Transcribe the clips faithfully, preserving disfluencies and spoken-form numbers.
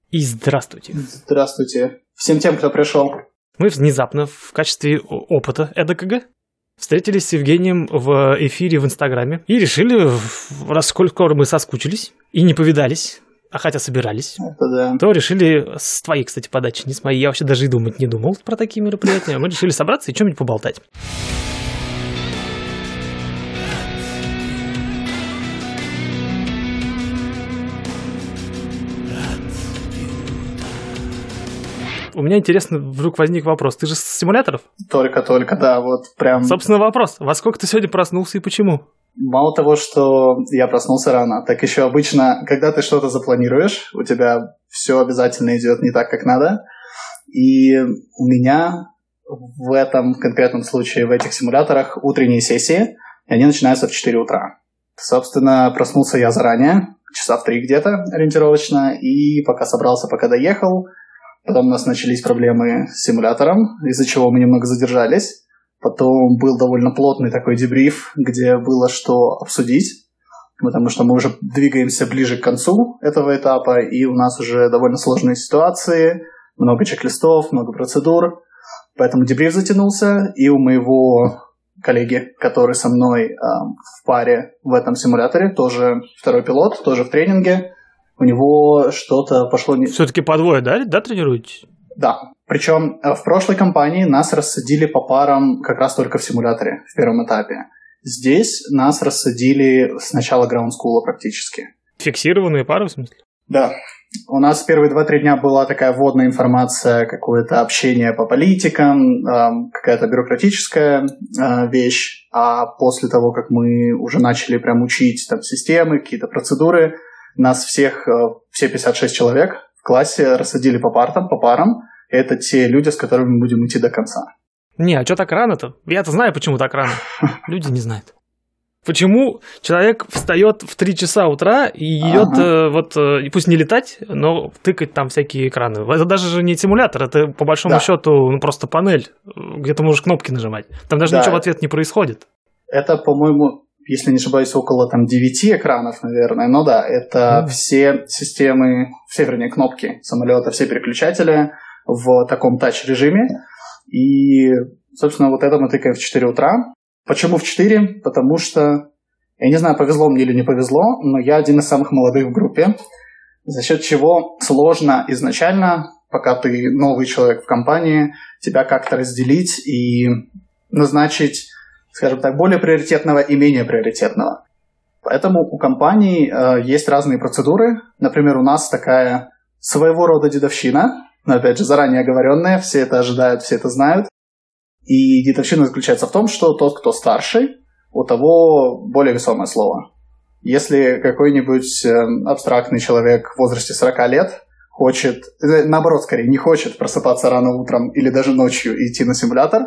И здравствуйте. Здравствуйте. Всем тем, кто пришел. Мы внезапно в качестве опыта ЭДКГ встретились с Евгением в эфире в Инстаграме и решили, раз сколько мы соскучились и не повидались, а хотя собирались, Это да. то решили с твоей, кстати, подачи, не с моей, я вообще даже и думать не думал про такие мероприятия, мы решили собраться и что-нибудь поболтать. У меня интересно, вдруг возник вопрос. Ты же с симуляторов? Только-только, да, вот прям... Собственно, вопрос. Во сколько ты сегодня проснулся и почему? Мало того, что я проснулся рано, так еще обычно, когда ты что-то запланируешь, у тебя все обязательно идет не так, как надо. И у меня в этом конкретном случае, в этих симуляторах, утренние сессии, и они начинаются в четыре утра. Собственно, проснулся я заранее, часа в три где-то ориентировочно, и пока собрался, пока доехал. Потом у нас начались проблемы с симулятором, из-за чего мы немного задержались. Потом был довольно плотный такой дебриф, где было что обсудить, потому что мы уже двигаемся ближе к концу этого этапа, и у нас уже довольно сложные ситуации, много чек-листов, много процедур. Поэтому дебриф затянулся, и у моего коллеги, который со мной э, в паре в этом симуляторе, тоже второй пилот, тоже в тренинге, у него что-то пошло... Не... Все-таки по двое, да? Да, тренируетесь? Да. Причем в прошлой кампании нас рассадили по парам как раз только в симуляторе, в первом этапе. Здесь нас рассадили с начала граунд-скула практически. Фиксированные пары, в смысле? Да. У нас первые два-три дня была такая вводная информация, какое-то общение по политикам, э, какая-то бюрократическая э, вещь. А после того, как мы уже начали прям учить там системы, какие-то процедуры, нас всех, все пятьдесят шесть человек в классе рассадили по партам, по парам. Это те люди, с которыми мы будем идти до конца. Не, а что так рано-то? Я-то знаю, почему так рано. Люди не знают. Почему человек встает в три часа утра и идет, ага. вот, и пусть не летать, но тыкать там всякие экраны. Это даже же не симулятор, это по большому да. счету ну, просто панель, где ты можешь кнопки нажимать. Там даже да. ничего в ответ не происходит. Это, по-моему... Если не ошибаюсь, около там девяти экранов, наверное. Но да, это mm. все системы, все, вернее, кнопки самолета, все переключатели в таком тач-режиме. И, собственно, вот это мы тыкаем в четыре утра. Почему в четыре? Потому что, я не знаю, повезло мне или не повезло, но я один из самых молодых в группе, за счет чего сложно изначально, пока ты новый человек в компании, тебя как-то разделить и назначить, скажем так, более приоритетного и менее приоритетного. Поэтому у компаний э, есть разные процедуры. Например, у нас такая своего рода дедовщина, но, опять же, заранее оговоренная, все это ожидают, все это знают. И дедовщина заключается в том, что тот, кто старший, у того более весомое слово. Если какой-нибудь э, абстрактный человек в возрасте сорок лет хочет, э, наоборот, скорее, не хочет просыпаться рано утром или даже ночью и идти на симулятор,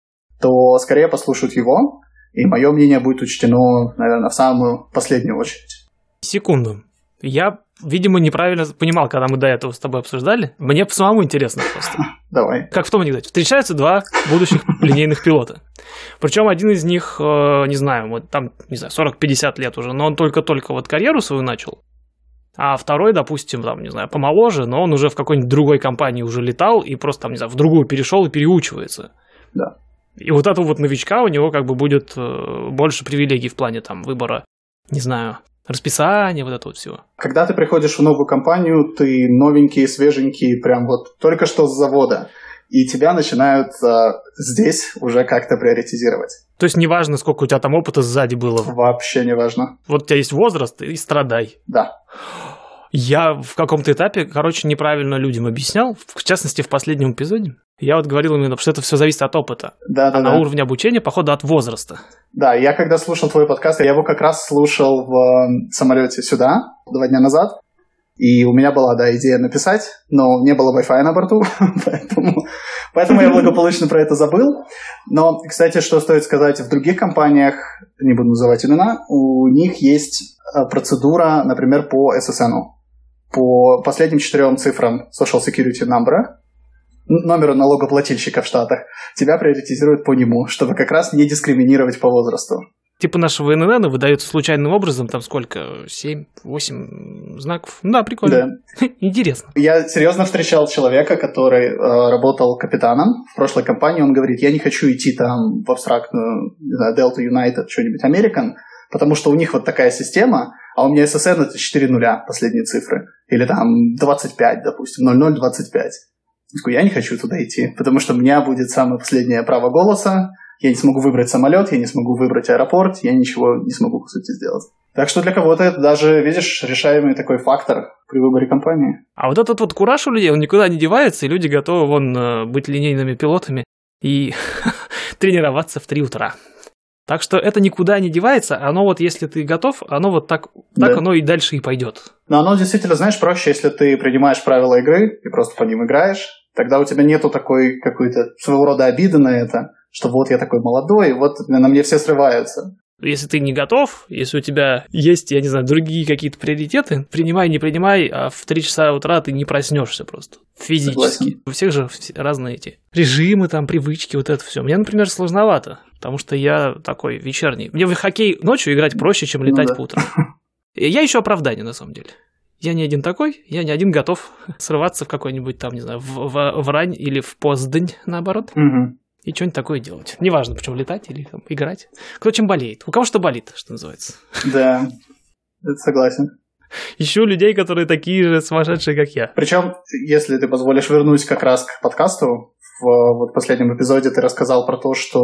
то скорее послушают его, и мое мнение будет учтено, наверное, в самую последнюю очередь. Секунду. Я, видимо, неправильно понимал, когда мы до этого с тобой обсуждали. Мне самому интересно просто. Давай. Как в том анекдоте. Встречаются два будущих линейных пилота. Причем один из них, не знаю, вот там, не знаю, сорок-пятьдесят лет уже, но он только-только вот карьеру свою начал. А второй, допустим, там, не знаю, помоложе, но он уже в какой-нибудь другой компании уже летал и просто, там, не знаю, в другую перешел и переучивается. Да. И вот этого вот новичка у него как бы будет больше привилегий в плане там выбора, не знаю, расписания, вот этого вот всего. Когда ты приходишь в новую компанию, ты новенький, свеженький, прям вот только что с завода, и тебя начинают а, здесь уже как-то приоритизировать. То есть неважно, сколько у тебя там опыта сзади было? Вообще неважно. Вот у тебя есть возраст, и страдай. Да. Я в каком-то этапе, короче, неправильно людям объяснял, в частности, в последнем эпизоде. Я вот говорил именно, что это все зависит от опыта, да, да, а да. на уровне обучения, походу, от возраста. Да, я когда слушал твой подкаст, я его как раз слушал в самолете сюда два дня назад, и у меня была, да, идея написать, но не было Wi-Fi на борту, поэтому, поэтому я благополучно про это забыл. Но, кстати, что стоит сказать, в других компаниях, не буду называть имена, у них есть процедура, например, по эс эс эн, по последним четырем цифрам Social Security Number, номеру налогоплательщика в Штатах, тебя приоритизируют по нему, чтобы как раз не дискриминировать по возрасту. Типа нашего эн эн эн выдается случайным образом, там сколько? семь-восемь знаков. Да, прикольно. Да. Интересно. Я серьезно встречал человека, который э, работал капитаном в прошлой компании. Он говорит, я не хочу идти там в абстрактную, не знаю, Delta United, что-нибудь American, потому что у них вот такая система, а у меня эс эс эн это четыре нуля, последние цифры. Или там двадцать пять, допустим, ноль ноль двадцать пять. Я не хочу туда идти, потому что у меня будет самое последнее право голоса, я не смогу выбрать самолет, я не смогу выбрать аэропорт, я ничего не смогу, по сути, сделать. Так что для кого-то это даже, видишь, решаемый такой фактор при выборе компании. А вот этот вот кураж у людей, он никуда не девается, и люди готовы вон быть линейными пилотами и тренироваться в три утра. Так что это никуда не девается, оно вот, если ты готов, оно вот так, так да. Оно и дальше и пойдет. Но оно действительно, знаешь, проще, если ты принимаешь правила игры и просто по ним играешь, тогда у тебя нету такой какой-то своего рода обиды на это, что вот я такой молодой, вот на мне все срываются. Если ты не готов, если у тебя есть, я не знаю, другие какие-то приоритеты, принимай, не принимай, а в три часа утра ты не проснешься просто физически. Согласен. У всех же разные эти режимы, там, привычки, вот это все. Мне, например, сложновато, потому что я такой вечерний. Мне в хоккей ночью играть проще, чем летать ну, да. по утрам. Я ищу оправдание, на самом деле. Я не один такой, я не один готов срываться в какой-нибудь там, не знаю, в, в, в рань или в Поздень, наоборот. Угу. И что-нибудь такое делать. Неважно, почему летать или там, играть. Кто чем болеет. У кого что болит, что называется. Да, это согласен. Ищу людей, которые такие же сумасшедшие, как я. Причем, если ты позволишь вернусь как раз к подкасту, в вот последнем эпизоде ты рассказал про то, что...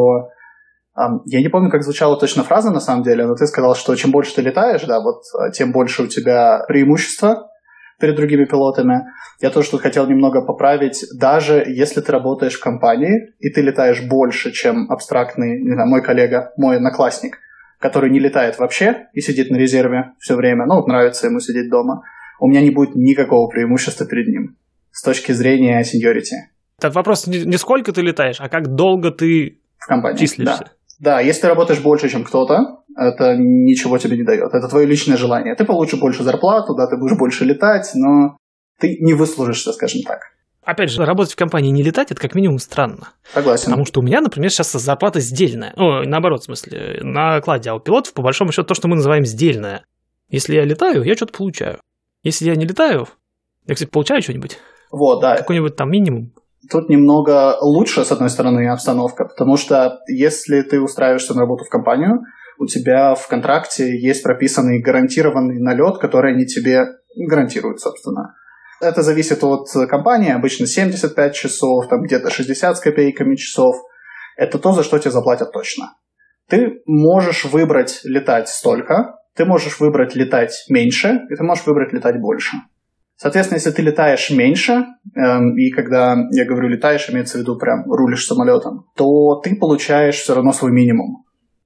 Um, я не помню, как звучала точно фраза на самом деле, но ты сказал, что чем больше ты летаешь, да, вот тем больше у тебя преимущества перед другими пилотами. Я тоже тут хотел немного поправить. Даже если ты работаешь в компании, и ты летаешь больше, чем абстрактный, не знаю, мой коллега, мой одноклассник, который не летает вообще и сидит на резерве все время, ну, вот нравится ему сидеть дома, у меня не будет никакого преимущества перед ним с точки зрения seniority. Этот вопрос не, не сколько ты летаешь, а как долго ты в компании числишься. Да. Да, если ты работаешь больше, чем кто-то, это ничего тебе не дает. Это твое личное желание. Ты получишь больше зарплату, да, ты будешь больше летать, но ты не выслужишься, скажем так. Опять же, работать в компании и не летать – это как минимум странно. Согласен. Потому что у меня, например, сейчас зарплата сдельная. Ну, наоборот, в смысле, на окладе. А у пилотов, по большому счету, то, что мы называем сдельная. Если я летаю, я что-то получаю. Если я не летаю, я, кстати, получаю что-нибудь. Вот, да. Какой-нибудь там минимум. Тут немного лучше, с одной стороны, обстановка, потому что если ты устраиваешься на работу в компанию, у тебя в контракте есть прописанный гарантированный налет, который они тебе гарантируют, собственно. Это зависит от компании, обычно семьдесят пять часов, там где-то шестьдесят с копейками часов. Это то, за что тебе заплатят точно. Ты можешь выбрать летать столько, ты можешь выбрать летать меньше, и ты можешь выбрать летать больше. Соответственно, если ты летаешь меньше, эм, и когда я говорю летаешь, имеется в виду прям рулишь самолетом, то ты получаешь все равно свой минимум.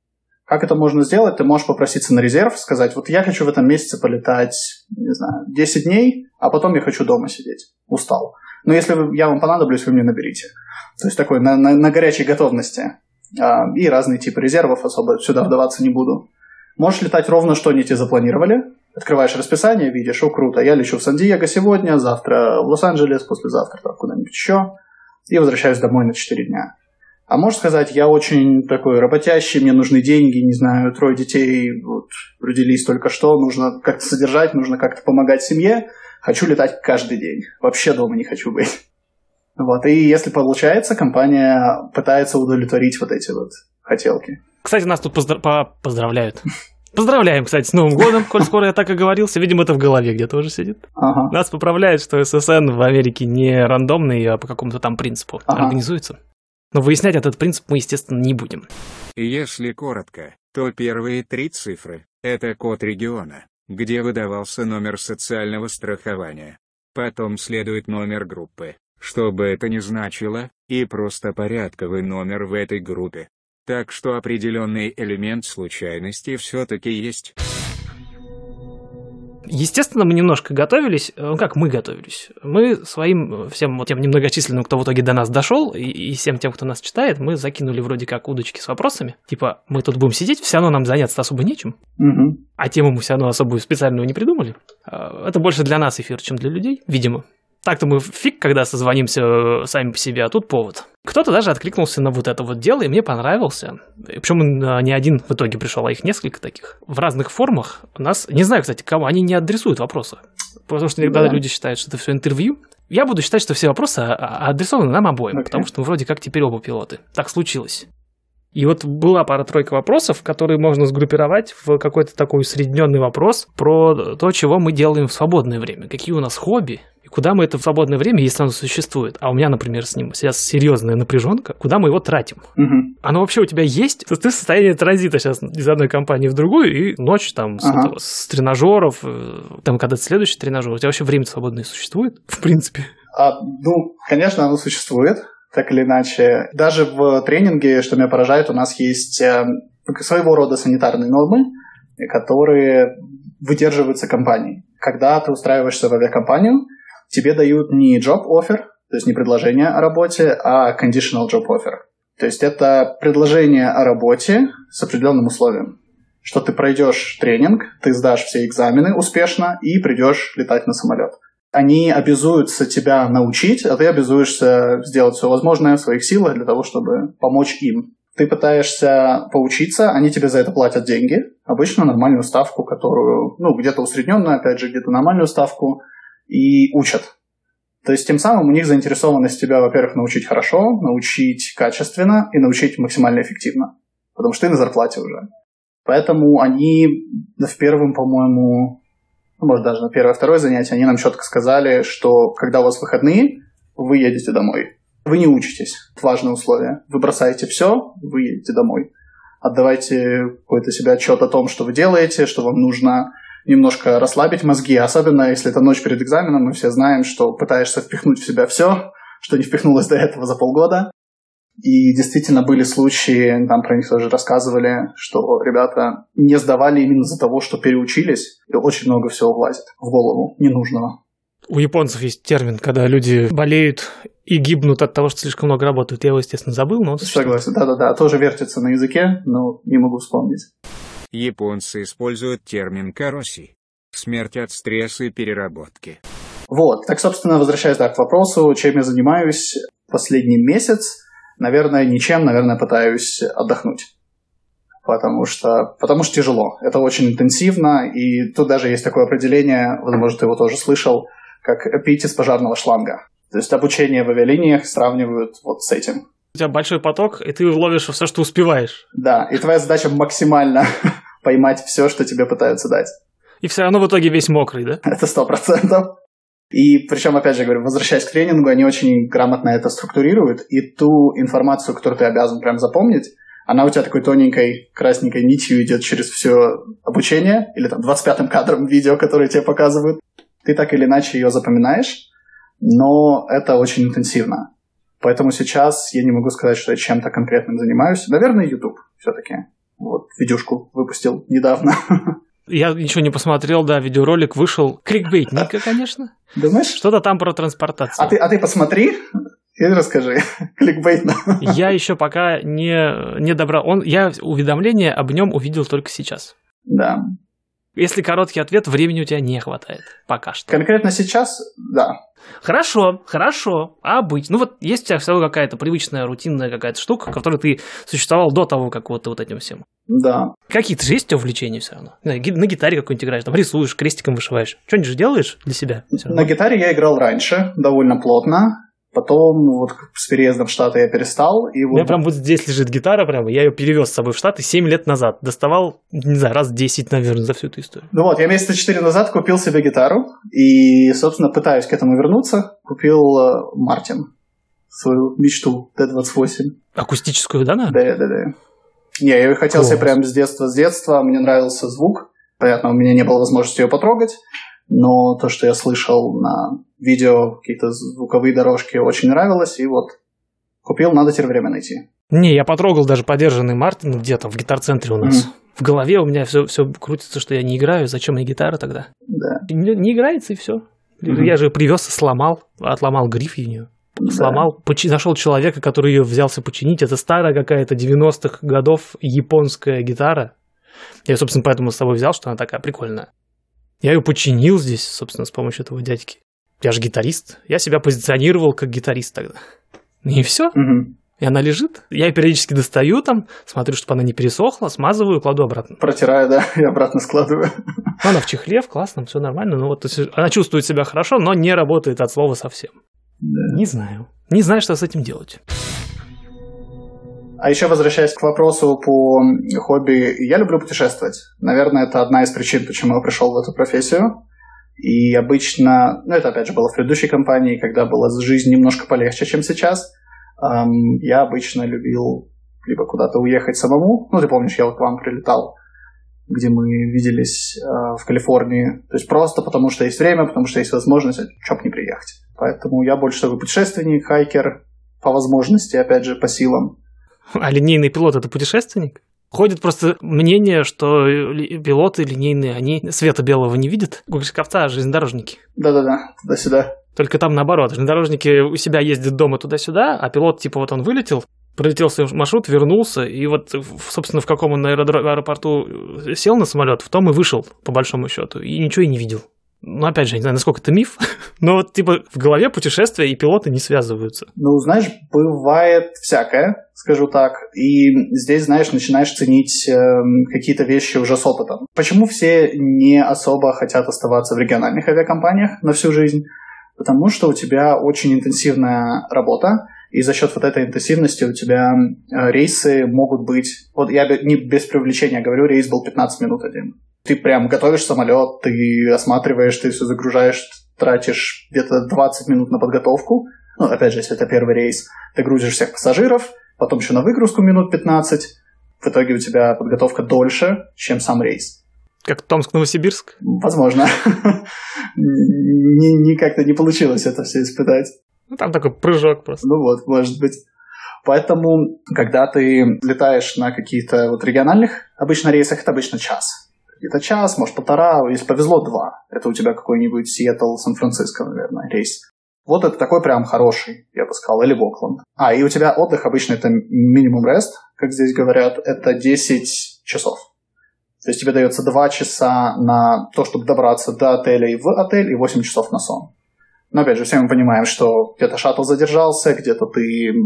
Как это можно сделать? Ты можешь попроситься на резерв, сказать, вот я хочу в этом месяце полетать, не знаю, десять дней, а потом я хочу дома сидеть. Устал. Но если я вам понадоблюсь, вы мне наберите. То есть такой на, на, на горячей готовности. А, и разные типы резервов, особо сюда вдаваться не буду. Можешь летать ровно, что они тебе запланировали. Открываешь расписание, видишь, о, круто, я лечу в Сан-Диего сегодня, завтра в Лос-Анджелес, послезавтра там куда-нибудь еще, и возвращаюсь домой на четыре дня. А можешь сказать, я очень такой работящий, мне нужны деньги, не знаю, трое детей вот, родились только что, нужно как-то содержать, нужно как-то помогать семье, хочу летать каждый день, вообще дома не хочу быть. Вот, и если получается, компания пытается удовлетворить вот эти вот хотелки. Кстати, нас тут поздра- по- поздравляют. Поздравляем, кстати, с Новым годом, коль скоро я так оговорился. Видимо, это в голове где-то уже сидит. Ага. Нас поправляют, что эс эс эн в Америке не рандомный, а по какому-то там принципу ага. организуется. Но выяснять этот принцип мы, естественно, не будем. Если коротко, то первые три цифры – это код региона, где выдавался номер социального страхования. Потом следует номер группы, что бы это ни значило, и просто порядковый номер в этой группе. Так что определенный элемент случайности все-таки есть. Естественно, мы немножко готовились. Ну, как мы готовились? Мы своим, всем вот тем немногочисленным, кто в итоге до нас дошел, и, и всем тем, кто нас читает, мы закинули вроде как удочки с вопросами. Типа, мы тут будем сидеть, все равно нам заняться особо нечем. Угу. А тему мы все равно особую специальную не придумали. Это больше для нас эфир, чем для людей, видимо. Так-то мы фиг, когда созвонимся сами по себе, а тут повод. Кто-то даже откликнулся на вот это вот дело, и мне понравился. Причем не один в итоге пришел, а их несколько таких. В разных формах у нас... Не знаю, кстати, кому они не адресуют вопросы. Потому что иногда да. люди считают, что это все интервью. Я буду считать, что все вопросы адресованы нам обоим, okay. потому что мы вроде как теперь оба пилоты. Так случилось. И вот была пара-тройка вопросов, которые можно сгруппировать в какой-то такой усредненный вопрос про то, чего мы делаем в свободное время, какие у нас хобби, и куда мы это в свободное время, если оно существует. А у меня, например, с ним сейчас серьезная напряженка, куда мы его тратим. Угу. Оно вообще у тебя есть? Ты в состоянии транзита сейчас из одной компании в другую, и ночь там с, ага. этого, с тренажеров, там когда-то следующий тренажер, у тебя вообще время свободное существует, в принципе? А, ну, конечно, оно существует. Так или иначе. Даже в тренинге, что меня поражает, у нас есть э, своего рода санитарные нормы, которые выдерживаются компанией. Когда ты устраиваешься в авиакомпанию, тебе дают не job offer, то есть не предложение о работе, а conditional job offer. То есть это предложение о работе с определенным условием, что ты пройдешь тренинг, ты сдашь все экзамены успешно и придешь летать на самолет. Они обязуются тебя научить, а ты обязуешься сделать все возможное в своих силах для того, чтобы помочь им. Ты пытаешься поучиться, они тебе за это платят деньги, обычно нормальную ставку, которую, ну, где-то усредненную, опять же, где-то нормальную ставку, и учат. То есть тем самым у них заинтересованность тебя, во-первых, научить хорошо, научить качественно и научить максимально эффективно, потому что ты на зарплате уже. Поэтому они в первом, по-моему... может, даже на первое-второе занятие, они нам четко сказали, что когда у вас выходные, вы едете домой. Вы не учитесь. Это важное условие. Вы бросаете все, вы едете домой. Отдавайте какой-то себе отчет о том, что вы делаете, что вам нужно немножко расслабить мозги. Особенно, если это ночь перед экзаменом, мы все знаем, что пытаешься впихнуть в себя все, что не впихнулось до этого за полгода. И действительно были случаи, там про них тоже рассказывали, что ребята не сдавали именно из-за того, что переучились, и очень много всего влазит в голову ненужного. У японцев есть термин, когда люди болеют и гибнут от того, что слишком много работают. Я его, естественно, забыл, но он существует. Согласен, да-да-да, тоже вертится на языке, но не могу вспомнить. Японцы используют термин «кароси» – смерть от стресса и переработки. Вот, так, собственно, возвращаясь да, к вопросу, чем я занимаюсь последний месяц. Наверное, ничем, наверное, пытаюсь отдохнуть. Потому что, потому что тяжело. Это очень интенсивно, и тут даже есть такое определение, возможно, ты его тоже слышал, как пить из пожарного шланга. То есть обучение в авиалиниях сравнивают вот с этим. У тебя большой поток, и ты ловишь все, что успеваешь. Да, и твоя задача максимально поймать все, что тебе пытаются дать. И все равно в итоге весь мокрый, да? Это сто процентов. И причем, опять же, говорю, возвращаясь к тренингу, они очень грамотно это структурируют, и ту информацию, которую ты обязан прям запомнить, она у тебя такой тоненькой красненькой нитью идет через все обучение, или там двадцать пятым кадром видео, которое тебе показывают. Ты так или иначе ее запоминаешь, но это очень интенсивно. Поэтому сейчас я не могу сказать, что я чем-то конкретным занимаюсь. Наверное, YouTube все-таки. Вот, видюшку выпустил недавно. Я ничего не посмотрел, да, видеоролик вышел. Кликбейтненько, конечно. Думаешь? Что-то там про транспортацию. А ты, а ты посмотри и расскажи. Кликбейтно. Я еще пока не, не добрал. Он, я уведомление об нем увидел только сейчас. Да. Если короткий ответ, времени у тебя не хватает. Пока что. Конкретно сейчас, да. Хорошо, хорошо. А быть? Ну вот есть у тебя все равно какая-то привычная, рутинная какая-то штука, которой ты существовал до того, как вот ты вот этим всем. Да. Какие-то же есть у тебя увлечения все равно? На гитаре какой-нибудь играешь, там рисуешь, крестиком вышиваешь. Что-нибудь же делаешь для себя? На гитаре я играл раньше, довольно плотно. Потом вот с переездом в Штаты я перестал. И вот... У меня прям вот здесь лежит гитара, прям, я ее перевез с собой в Штаты семь лет назад. Доставал, не знаю, раз десять, наверное, за всю эту историю. Ну вот, я месяца четыре назад купил себе гитару. И, собственно, пытаюсь к этому вернуться. Купил Мартин, свою мечту Д двадцать восемь. Акустическую, да, наверное? Да, да, да. Не, я ее хотел себе прям с детства, с детства. Мне нравился звук. Понятно, у меня не было возможности ее потрогать. Но то, что я слышал на видео, какие-то звуковые дорожки, очень нравилось. И вот купил, надо теперь время найти. Не, я потрогал даже подержанный Мартин где-то в гитар-центре у нас. Mm-hmm. В голове у меня все, все крутится, что я не играю. Зачем мне гитара тогда? Да. Не, не играется, и все. Mm-hmm. Я же привез и сломал, отломал гриф ее. Да. Сломал, почи- нашел человека, который ее взялся починить. Это старая какая-то девяностых годов японская гитара. Я, собственно, поэтому с собой взял, что она такая прикольная. Я ее починил здесь, собственно, с помощью этого дядьки. Я же гитарист. Я себя позиционировал как гитарист тогда. И все. Угу. И она лежит. Я ее периодически достаю там, смотрю, чтобы она не пересохла, смазываю, кладу обратно. Протираю, да, и обратно складываю. Она в чехле, в классном, все нормально. Ну, вот, то есть, она чувствует себя хорошо, но не работает от слова совсем. Да. Не знаю. Не знаю, что с этим делать. А еще возвращаясь к вопросу по хобби, я люблю путешествовать. Наверное, это одна из причин, почему я пришел в эту профессию. И обычно, ну это опять же было в предыдущей компании, когда была жизнь немножко полегче, чем сейчас. Я обычно любил либо куда-то уехать самому. Ну, ты помнишь, я вот к вам прилетал, где мы виделись э, в Калифорнии. То есть просто потому, что есть время, потому что есть возможность, чё б не приехать. Поэтому я больше такой путешественник, хайкер, по возможности, опять же, по силам. А линейный пилот – это путешественник? Ходит просто мнение, что пилоты линейные, они света белого не видят. Гугл-шкафца, железнодорожники. Да-да-да, туда-сюда. Только там наоборот. Железнодорожники у себя ездят дома туда-сюда, а пилот, типа, вот он вылетел, пролетел свой маршрут, вернулся, и вот, собственно, в каком он аэропорту сел на самолет, в том и вышел, по большому счету, и ничего и не видел. Ну, опять же, не знаю, насколько это миф, но вот, типа, в голове путешествия и пилоты не связываются. Ну, знаешь, бывает всякое, скажу так, и здесь, знаешь, начинаешь ценить э, какие-то вещи уже с опытом. Почему все не особо хотят оставаться в региональных авиакомпаниях на всю жизнь? Потому что у тебя очень интенсивная работа, и за счет вот этой интенсивности у тебя э, рейсы могут быть... Вот я не без привлечения говорю, рейс был пятнадцать минут один. Ты прям готовишь самолет, ты осматриваешь, ты все загружаешь, тратишь где-то двадцать минут на подготовку. Ну, опять же, если это первый рейс, ты грузишь всех пассажиров, потом еще на выгрузку минут пятнадцать. В итоге у тебя подготовка дольше, чем сам рейс. Как Томск-Новосибирск? Возможно. Как-то не получилось это все испытать. Ну, там такой прыжок просто. Ну вот, может быть. Поэтому, когда ты летаешь на каких-то вот региональных обычно рейсах, это обычно час. Это час, может, полтора, если повезло, два. Это у тебя какой-нибудь Сиэтл, Сан-Франциско, наверное, рейс. Вот это такой прям хороший, я бы сказал, или в Окленд. А, и у тебя отдых обычно это минимум рест, как здесь говорят, это десять часов. То есть тебе дается два часа на то, чтобы добраться до отеля и в отель, и восемь часов на сон. Но опять же, все мы понимаем, что где-то шаттл задержался, где-то ты,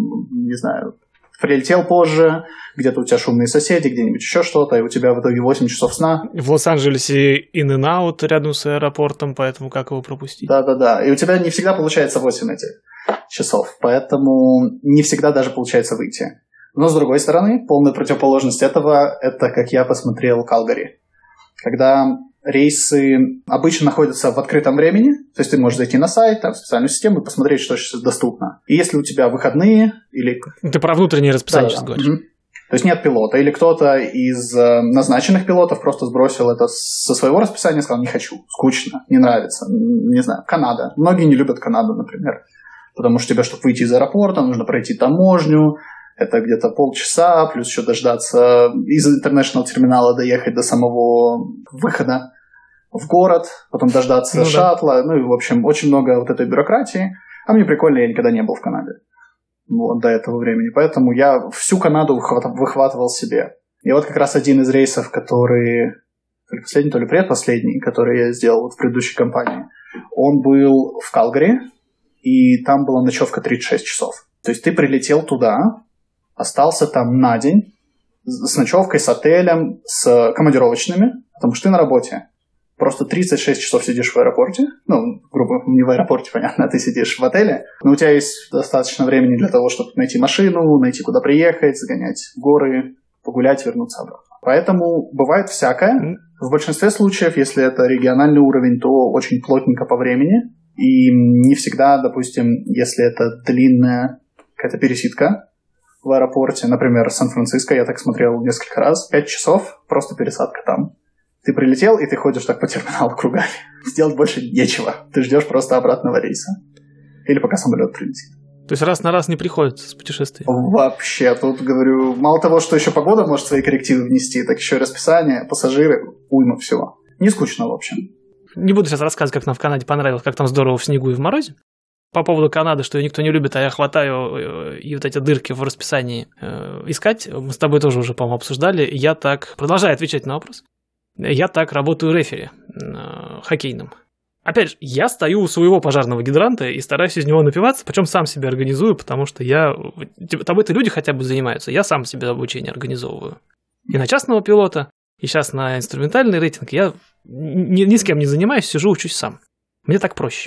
не знаю, прилетел позже, где-то у тебя шумные соседи, где-нибудь еще что-то, и у тебя в итоге восемь часов сна. В Лос-Анджелесе In-N-Out рядом с аэропортом, поэтому как его пропустить? Да-да-да, и у тебя не всегда получается восемь этих часов, поэтому не всегда даже получается выйти. Но, с другой стороны, полная противоположность этого, это, как я посмотрел, Калгари. Когда рейсы обычно находятся в открытом времени, то есть ты можешь зайти на сайт, там, в специальную систему и посмотреть, что сейчас доступно. И если у тебя выходные или... Ты про внутреннее расписание да, сейчас да. говоришь. Угу. То есть нет пилота, или кто-то из э, назначенных пилотов просто сбросил это со своего расписания и сказал, не хочу, скучно, не нравится, не знаю, Канада. Многие не любят Канаду, например, потому что тебе, чтобы выйти из аэропорта, нужно пройти таможню, это где-то полчаса, плюс еще дождаться из International терминала доехать до самого выхода в город, потом дождаться ну, шаттла, да. Ну и, в общем, очень много вот этой бюрократии. А мне прикольно, я никогда не был в Канаде вот, до этого времени. Поэтому я всю Канаду выхватывал себе. И вот как раз один из рейсов, который... То ли последний, то ли предпоследний, который я сделал вот в предыдущей компании, он был в Калгари, и там была ночевка тридцать шесть часов. То есть ты прилетел туда, остался там на день с ночевкой, с отелем, с командировочными, потому что ты на работе. Просто тридцать шесть часов сидишь в аэропорте. Ну, грубо, не в аэропорте, понятно, ты сидишь в отеле. Но у тебя есть достаточно времени для того, чтобы найти машину, найти куда приехать, загонять в горы, погулять, вернуться обратно. Поэтому бывает всякое. В большинстве случаев, если это региональный уровень, то очень плотненько по времени. И не всегда, допустим, если это длинная какая-то пересидка в аэропорте, например, Сан-Франциско, я так смотрел несколько раз, пять часов, просто пересадка там. Ты прилетел, и ты ходишь так по терминалу кругами. Сделать больше нечего. Ты ждешь просто обратного рейса. Или пока самолет прилетит. То есть раз на раз не приходится с путешествием? Вообще, тут, говорю, мало того, что еще погода может свои коррективы внести, так еще и расписание, пассажиры, уйма всего. Не скучно, в общем. Не буду сейчас рассказывать, как нам в Канаде понравилось, как там здорово в снегу и в морозе. По поводу Канады, что ее никто не любит, а я хватаю и вот эти дырки в расписании э, искать. Мы с тобой тоже уже, по-моему, обсуждали. Я так, продолжаю отвечать на вопрос, я так работаю рефери э, хоккейным. Опять же, я стою у своего пожарного гидранта и стараюсь из него напиваться, причем сам себя организую, потому что я... Тобой-то люди хотя бы занимаются, я сам себе обучение организовываю. И на частного пилота, и сейчас на инструментальный рейтинг я ни, ни с кем не занимаюсь, сижу, учусь сам. Мне так проще.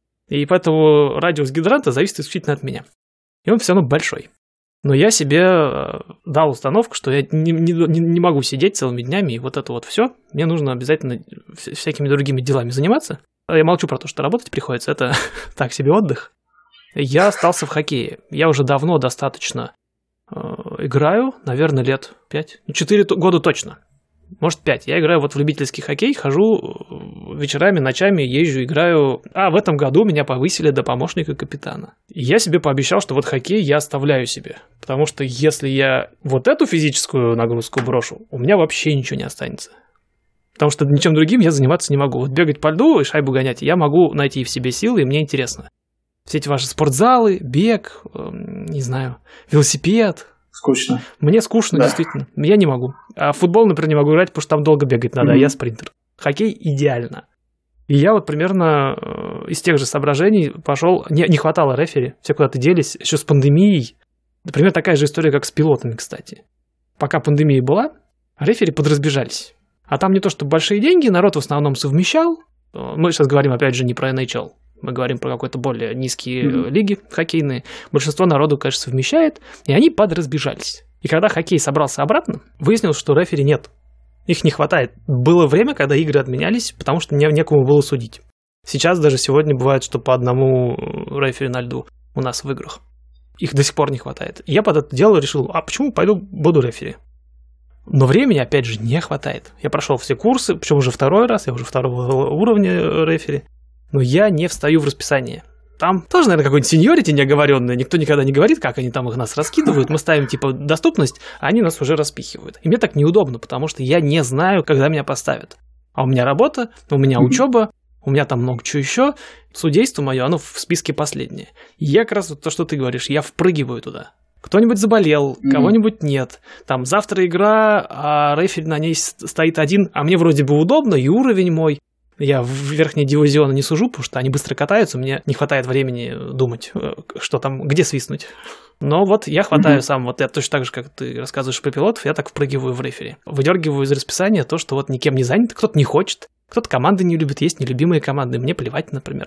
И поэтому радиус гидранта зависит исключительно от меня. И он все равно большой. Но я себе дал установку, что я не, не, не могу сидеть целыми днями, и вот это вот все. Мне нужно обязательно всякими другими делами заниматься. Я молчу про то, что работать приходится, это так себе отдых. Я остался в хоккее. Я уже давно достаточно э, играю, наверное, лет пять. четыре года точно. Может, пять. Я играю вот в любительский хоккей, хожу вечерами, ночами, езжу, играю. А в этом году меня повысили до помощника капитана. И я себе пообещал, что вот хоккей я оставляю себе. Потому что если я вот эту физическую нагрузку брошу, у меня вообще ничего не останется. Потому что ничем другим я заниматься не могу. Вот бегать по льду и шайбу гонять я могу найти в себе силы, и мне интересно. Все эти ваши спортзалы, бег, э, не знаю, велосипед. Скучно. Мне скучно, да. Действительно. Я не могу. А в футбол, например, не могу играть, потому что там долго бегать надо, mm-hmm. а я спринтер. Хоккей идеально. И я вот примерно э, из тех же соображений пошел... Не, не хватало рефери, все куда-то делись, еще с пандемией. Например, такая же история, как с пилотами, кстати. Пока пандемия была, рефери подразбежались. А там не то, что большие деньги, народ в основном совмещал. Мы сейчас говорим, опять же, не про эн эйч эл. Мы говорим про какие-то более низкие mm-hmm. лиги хоккейные. Большинство народу, конечно, совмещает, и они подразбежались. И когда хоккей собрался обратно, выяснилось, что рефери нет. Их не хватает. Было время, когда игры отменялись, потому что не, некому было судить. Сейчас даже сегодня бывает, что по одному рефери на льду у нас в играх. Их до сих пор не хватает. И я под это дело решил, а почему пойду буду рефери? Но времени, опять же, не хватает. Я прошел все курсы, причем уже второй раз, я уже второго уровня рефери, но я не встаю в расписание. Там тоже, наверное, какой-нибудь сеньорити неоговоренный, никто никогда не говорит, как они там их нас раскидывают, мы ставим, типа, доступность, а они нас уже распихивают. И мне так неудобно, потому что я не знаю, когда меня поставят. А у меня работа, у меня учеба, у меня там много чего еще, судейство мое, оно в списке последнее. И я как раз вот то, что ты говоришь, я впрыгиваю туда. Кто-нибудь заболел, mm-hmm. кого-нибудь нет. Там завтра игра, а рефери на ней стоит один, а мне вроде бы удобно, и уровень мой. Я в верхние дивизионы не сужу, потому что они быстро катаются, мне не хватает времени думать, что там, где свистнуть. Но вот я хватаю mm-hmm. сам, вот я точно так же, как ты рассказываешь про пилотов, я так впрыгиваю в рефери. Выдергиваю из расписания то, что вот никем не занято, кто-то не хочет, кто-то команды не любит, есть нелюбимые команды, мне плевать, например.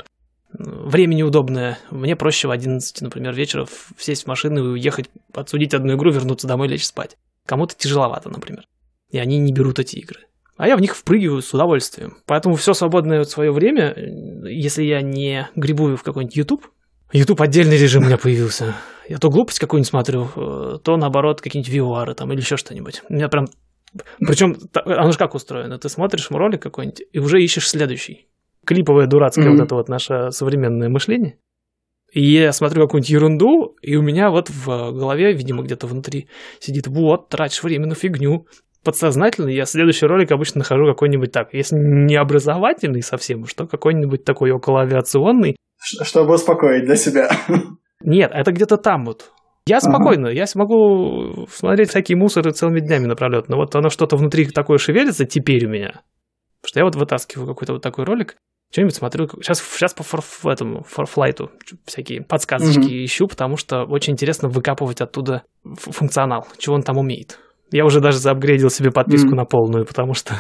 Время неудобное. Мне проще в одиннадцать, например, вечера сесть в машину и уехать, отсудить одну игру, вернуться домой, лечь спать. Кому-то тяжеловато, например. И они не берут эти игры. А я в них впрыгиваю с удовольствием. Поэтому все свободное свое время, если я не грибую в какой-нибудь YouTube, YouTube отдельный режим у меня появился. Я то глупость какую-нибудь смотрю, то, наоборот, какие-нибудь ви о ар там или еще что-нибудь. У меня прям... Причем, оно же как устроено? Ты смотришь ролик какой-нибудь и уже ищешь следующий. Клиповое, дурацкое mm-hmm. вот это вот наше современное мышление. И я смотрю какую-нибудь ерунду, и у меня вот в голове, видимо, где-то внутри сидит, вот, тратишь время на фигню. Подсознательно я следующий ролик обычно нахожу какой-нибудь так, если не образовательный совсем, что какой-нибудь такой околоавиационный. Чтобы успокоить для себя. Нет, это где-то там вот. Я спокойно, ага. я смогу смотреть всякие мусоры целыми днями напролет, но вот оно что-то внутри такое шевелится теперь у меня, что я вот вытаскиваю какой-то вот такой ролик, что-нибудь смотрю. Сейчас, сейчас по фор, этому форфлайту всякие подсказочки mm-hmm. ищу, потому что очень интересно выкапывать оттуда функционал, чего он там умеет. Я уже даже заапгрейдил себе подписку mm-hmm. на полную, потому что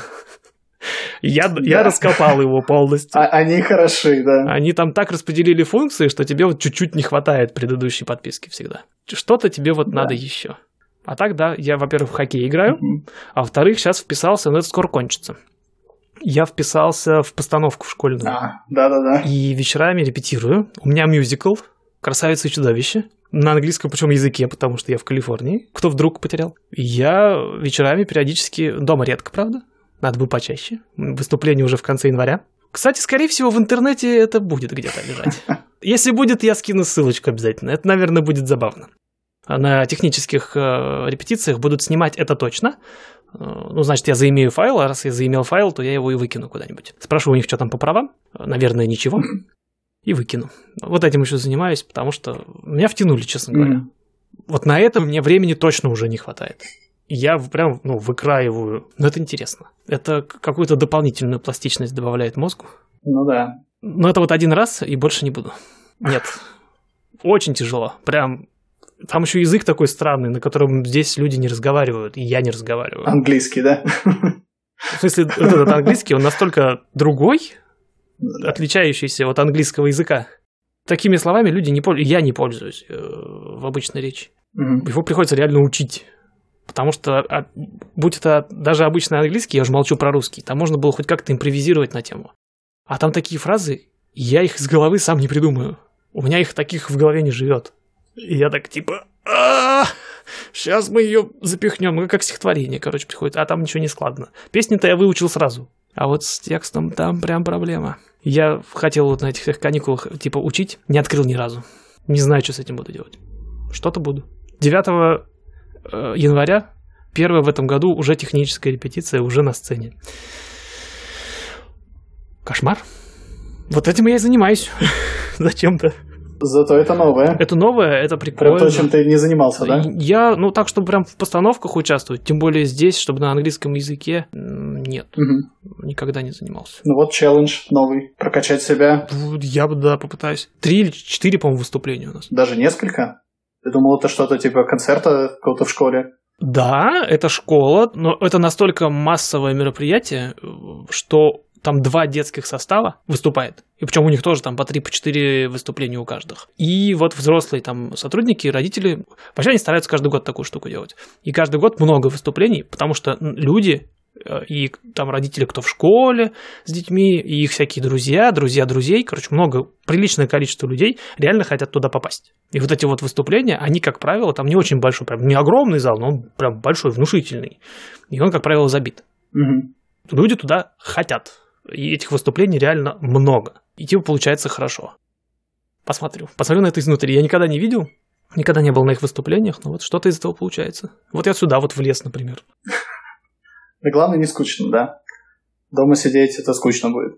я, да. я раскопал его полностью. А, они хороши, да. Они там так распределили функции, что тебе вот чуть-чуть не хватает предыдущей подписки всегда. Что-то тебе вот да. надо еще. А так, да, я, во-первых, в хоккей играю, mm-hmm. а во-вторых, сейчас вписался, но это скоро кончится. Я вписался в постановку школьную. А, да-да-да. И вечерами репетирую. У меня мюзикл «Красавица и чудовище». На английском, причем языке, потому что я в Калифорнии. Кто вдруг потерял? Я вечерами периодически... Дома редко, правда? Надо бы почаще. Выступление уже в конце января. Кстати, скорее всего, в интернете это будет где-то лежать. Если будет, я скину ссылочку обязательно. Это, наверное, будет забавно. На технических репетициях будут снимать это точно. Ну, значит, я заимею файл, а раз я заимел файл, то я его и выкину куда-нибудь. Спрошу у них, что там по правам. Наверное, ничего. И выкину. Вот этим еще занимаюсь, потому что меня втянули, честно говоря. Mm. Вот на это мне времени точно уже не хватает. Я прям, ну, выкраиваю. Но это интересно. Это какую-то дополнительную пластичность добавляет мозгу. Ну да. Но это вот один раз, и больше не буду. Нет. Очень тяжело. Прям... Там еще язык такой странный, на котором здесь люди не разговаривают, и я не разговариваю. Английский, да? В смысле, вот этот английский, он настолько другой, отличающийся от английского языка. Такими словами люди не пользуются, я не пользуюсь э, в обычной речи. Мгм. Его приходится реально учить. Потому что, а, будь это даже обычный английский, я уже молчу про русский, там можно было хоть как-то импровизировать на тему. А там такие фразы, я их из головы сам не придумаю. У меня их таких в голове не живет. И я так типа, сейчас мы ее запихнем, ну, как стихотворение, короче, приходит, а там ничего не складно. Песни-то я выучил сразу, а вот с текстом там прям проблема. Я хотел вот на этих всех каникулах типа учить, не открыл ни разу. Не знаю, что с этим буду делать. Что-то буду. девятого января, первая в этом году, уже техническая репетиция, уже на сцене. Кошмар. Вот этим я и занимаюсь. Зачем-то. Зато это новое. Это новое, это прикольно. Прям то, чем ты не занимался, да? Я, ну так, чтобы прям в постановках участвовать, тем более здесь, чтобы на английском языке, нет. Угу. Никогда не занимался. Ну вот челлендж новый. Прокачать себя. Я бы, да, попытаюсь. Три или четыре, по-моему, выступления у нас. Даже несколько? Ты думал, это что-то типа концерта какого-то в школе? Да, это школа, но это настолько массовое мероприятие, что там два детских состава выступает. И причем у них тоже там по три, по четыре выступления у каждых. И вот взрослые там сотрудники, родители, вообще они стараются каждый год такую штуку делать. И каждый год много выступлений, потому что люди и там родители, кто в школе с детьми, и их всякие друзья, друзья друзей, короче, много, приличное количество людей реально хотят туда попасть. И вот эти вот выступления, они, как правило, там не очень большой, прям не огромный зал, но он прям большой, внушительный. И он, как правило, забит. Угу. Люди туда хотят. И этих выступлений реально много. И типа получается хорошо. Посмотрю. Посмотрю на это изнутри. Я никогда не видел, никогда не был на их выступлениях, но вот что-то из этого получается. Вот я сюда вот влез, например. Да главное не скучно, да? Дома сидеть это скучно будет.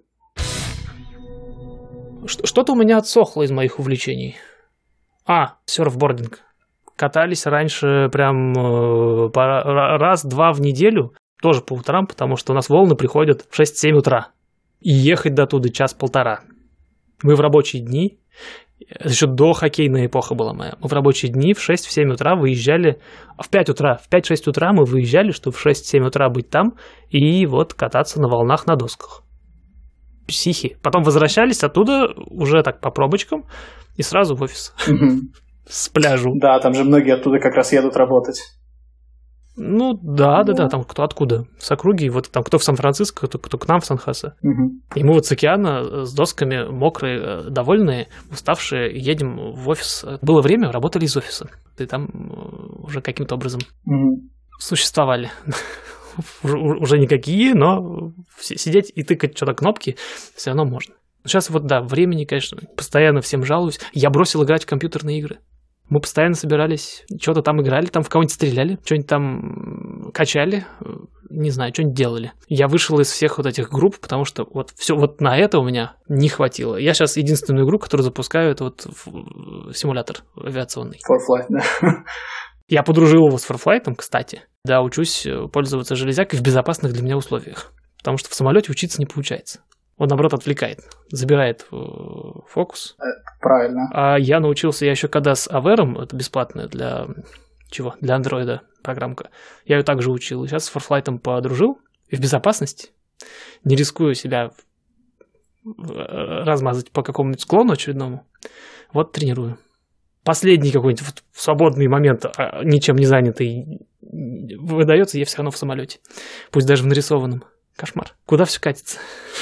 Что-то у меня отсохло из моих увлечений. А, серфбординг. Катались раньше прям раз-два в неделю, тоже по утрам, потому что у нас волны приходят в шесть-семь утра. И ехать до туда час-полтора. Мы в рабочие дни, это еще до хоккейная эпоха была моя, мы в рабочие дни в шесть-семь утра выезжали, в пять утра, в пять-шесть утра мы выезжали, чтобы в шесть-семь утра быть там и вот кататься на волнах на досках. Психи. Потом возвращались оттуда уже так по пробочкам и сразу в офис. С пляжу. Да, там же многие оттуда как раз едут работать. Ну, да, да, да, там кто откуда, с округи, вот там кто в Сан-Франциско, кто, кто к нам в Сан-Хосе. Угу. И мы вот с океана, с досками, мокрые, довольные, уставшие, едем в офис. Было время, работали из офиса. И там уже каким-то образом угу. существовали. Уже никакие, но сидеть и тыкать что-то кнопки все равно можно. Сейчас вот, да, времени, конечно, постоянно всем жалуюсь. Я бросил играть в компьютерные игры. Мы постоянно собирались, что-то там играли, там в кого-нибудь стреляли, что-нибудь там качали, не знаю, что-нибудь делали. Я вышел из всех вот этих групп, потому что вот все вот на это у меня не хватило. Я сейчас единственную игру, которую запускаю, это вот симулятор авиационный. Farflight, да. Я подружил его с Farflight, кстати. Да, учусь пользоваться железякой в безопасных для меня условиях. Потому что в самолете учиться не получается. Он, наоборот, отвлекает, забирает э, фокус. Правильно. А я научился, я еще когда с Авером, это бесплатная для чего? Для андроида программка. Я ее также учил. И сейчас с Farflight подружил. И в безопасности, не рискуя себя размазать по какому-нибудь склону очередному, вот тренирую. Последний какой-нибудь вот свободный момент, ничем не занятый, выдается, я все равно в самолете. Пусть даже в нарисованном. Кошмар. Куда все катится?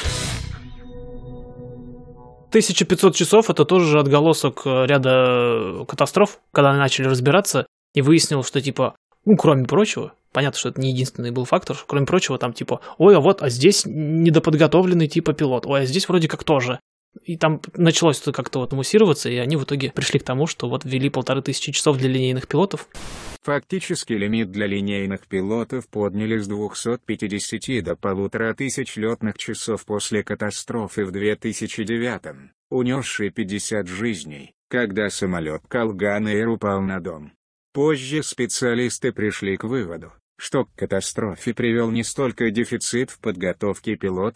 тысяча пятьсот часов – это тоже отголосок ряда катастроф, когда начали разбираться, и выяснилось, что, типа, ну, кроме прочего, понятно, что это не единственный был фактор, кроме прочего, там, типа, ой, а вот, а здесь недоподготовленный, типа, пилот, ой, а здесь вроде как тоже. И там началось это как-то вот муссироваться, и они в итоге пришли к тому, что вот ввели полторы тысячи часов для линейных пилотов. Фактически лимит для линейных пилотов подняли с двухсот пятидесяти до полутора тысяч летных часов после катастрофы в две тысячи девятом, унесшей пятьдесят жизней, когда самолет Колган Эйр упал на дом. Позже специалисты пришли к выводу, что к катастрофе привел не столько дефицит в подготовке пилотов,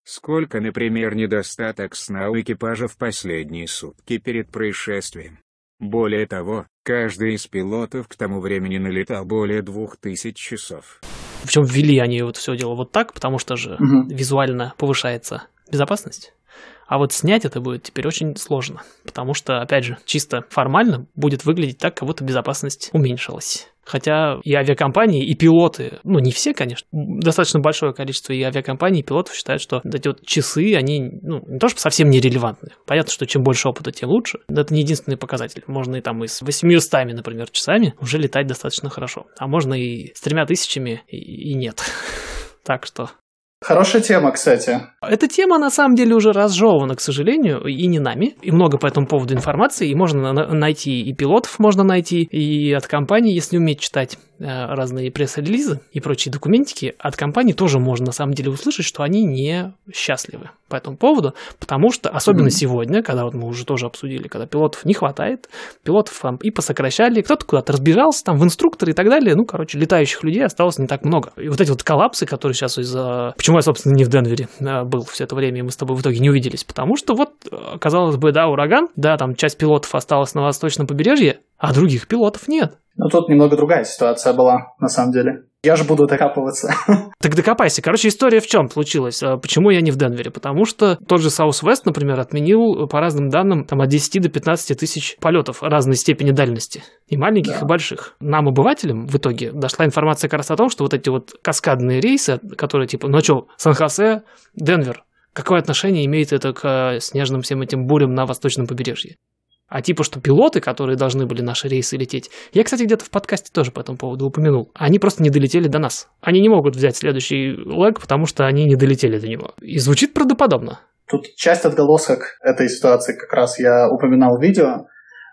Сколько, например, недостаток сна у экипажа в последние сутки перед происшествием. Более того, каждый из пилотов к тому времени налетал более двух тысяч часов. Причем ввели они вот все дело вот так, потому что же угу. визуально повышается безопасность. А вот снять это будет теперь очень сложно, потому что, опять же, чисто формально будет выглядеть так, как будто безопасность уменьшилась. Хотя и авиакомпании, и пилоты, ну не все, конечно, достаточно большое количество и авиакомпаний, и пилотов считают, что эти вот часы, они ну, не то чтобы совсем нерелевантны. Понятно, что чем больше опыта, тем лучше. Но это не единственный показатель. Можно и там и с восьмистами, например, часами уже летать достаточно хорошо. А можно и с тремя тысячами, и, и нет. Так что... Хорошая тема, кстати. Эта тема, на самом деле, уже разжевана, к сожалению, и не нами. И много по этому поводу информации. И можно на- найти, и пилотов можно найти, и от компаний, если уметь читать э, разные пресс-релизы и прочие документики, от компаний тоже можно, на самом деле, услышать, что они не счастливы по этому поводу. Потому что, особенно mm-hmm. сегодня, когда вот мы уже тоже обсудили, когда пилотов не хватает, пилотов там и посокращали, кто-то куда-то разбежался, там, в инструкторы и так далее. Ну, короче, летающих людей осталось не так много. И вот эти вот коллапсы, которые сейчас из-за... Почему я, собственно, не в Денвере был все это время, и мы с тобой в итоге не увиделись? Потому что вот, казалось бы, да, ураган, да, там часть пилотов осталась на восточном побережье, а других пилотов нет. Ну, тут немного другая ситуация была, на самом деле. Я же буду докапываться. Так докопайся. Короче, история в чем случилась? Почему я не в Денвере? Потому что тот же Southwest, например, отменил, по разным данным, там, от десяти до пятнадцати тысяч полетов разной степени дальности. И маленьких, да. и больших. Нам, обывателям, в итоге дошла информация как раз о том, что вот эти вот каскадные рейсы, которые типа, ну что, Сан-Хосе, Денвер, какое отношение имеет это к снежным всем этим бурям на восточном побережье? А типа, что пилоты, которые должны были наши рейсы лететь, я, кстати, где-то в подкасте тоже по этому поводу упомянул, они просто не долетели до нас. Они не могут взять следующий лэг, потому что они не долетели до него. И звучит правдоподобно. Тут часть отголосок этой ситуации как раз я упоминал в видео,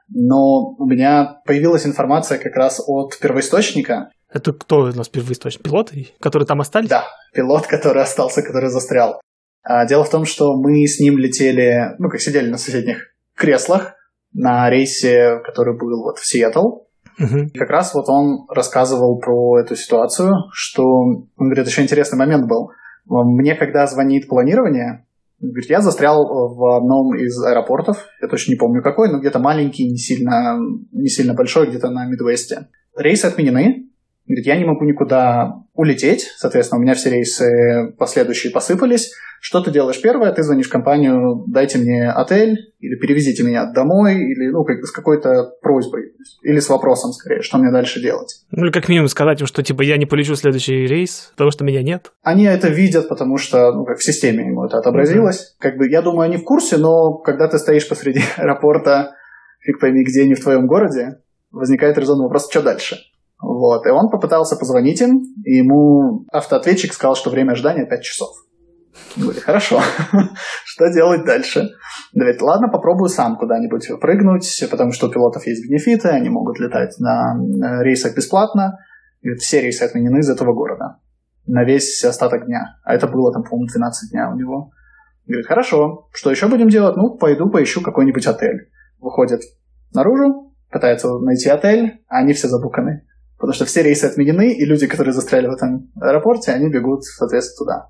но у меня появилась информация как раз от первоисточника. Это кто у нас первоисточник? Пилоты, которые там остались? Да, пилот, который остался, который застрял. Дело в том, что мы с ним летели, ну, как сидели на соседних креслах, на рейсе, который был вот в Сиэтл. Uh-huh. И как раз вот он рассказывал про эту ситуацию, что, он говорит, еще интересный момент был. Мне, когда звонит планирование, говорит, я застрял в одном из аэропортов, я точно не помню какой, но где-то маленький, не сильно, не сильно большой, где-то на Мидвесте. Рейсы отменены. Говорит, я не могу никуда улететь, соответственно, у меня все рейсы последующие посыпались. Что ты делаешь первое? Ты звонишь в компанию, дайте мне отель, или перевезите меня домой, или ну, как, с какой-то просьбой, или с вопросом скорее, что мне дальше делать. Ну или как минимум сказать им, что типа я не полечу в следующий рейс, потому что меня нет. Они это видят, потому что ну, как в системе ему это отобразилось. Mm-hmm. Как бы, я думаю, они в курсе, но когда ты стоишь посреди аэропорта, фиг пойми где, не в твоем городе, возникает резонный вопрос, что дальше? Вот. И он попытался позвонить им, и ему автоответчик сказал, что время ожидания пять часов. Он говорит, хорошо, что делать дальше? Говорит, ладно, попробую сам куда-нибудь прыгнуть, потому что у пилотов есть бенефиты, они могут летать на рейсах бесплатно. Говорит, все рейсы отменены из этого города на весь остаток дня. А это было там, по-моему, двенадцать дня у него. Говорит, хорошо, что еще будем делать? Ну, пойду поищу какой-нибудь отель. Выходит наружу, пытается найти отель, а они все забуканы. Потому что все рейсы отменены, и люди, которые застряли в этом аэропорте, они бегут, соответственно, туда.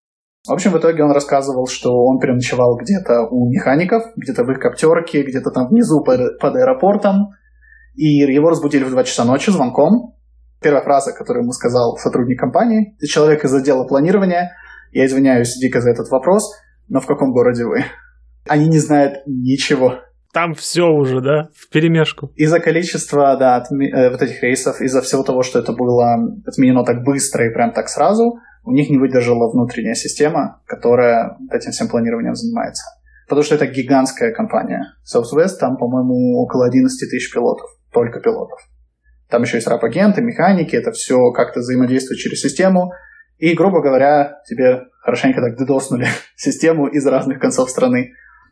В общем, в итоге он рассказывал, что он переночевал где-то у механиков, где-то в их коптерке, где-то там внизу под, под аэропортом, и его разбудили в два часа ночи звонком. Первая фраза, которую ему сказал сотрудник компании, человек из отдела планирования, я извиняюсь дико за этот вопрос, но в каком городе вы? Они не знают ничего. Там все уже, да, вперемешку. Из-за количества, да, отме- э, вот этих рейсов, из-за всего того, что это было отменено так быстро и прям так сразу, у них не выдержала внутренняя система, которая этим всем планированием занимается. Потому что это гигантская компания. Southwest, там, по-моему, около одиннадцать тысяч пилотов, только пилотов. Там еще есть раб-агенты, механики, это все как-то взаимодействует через систему. И, грубо говоря, тебе хорошенько так дедоснули систему из разных концов страны.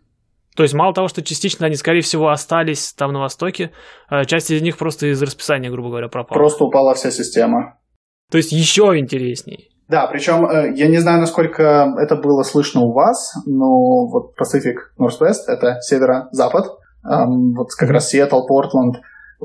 То есть мало того, что частично они, скорее всего, остались там на Востоке, часть из них просто из расписания, грубо говоря, пропала. Просто упала вся система. То есть еще интересней. Да, причем я не знаю, насколько это было слышно у вас, но вот Pacific Northwest — это северо-запад, вот как раз Сиэтл, Портленд,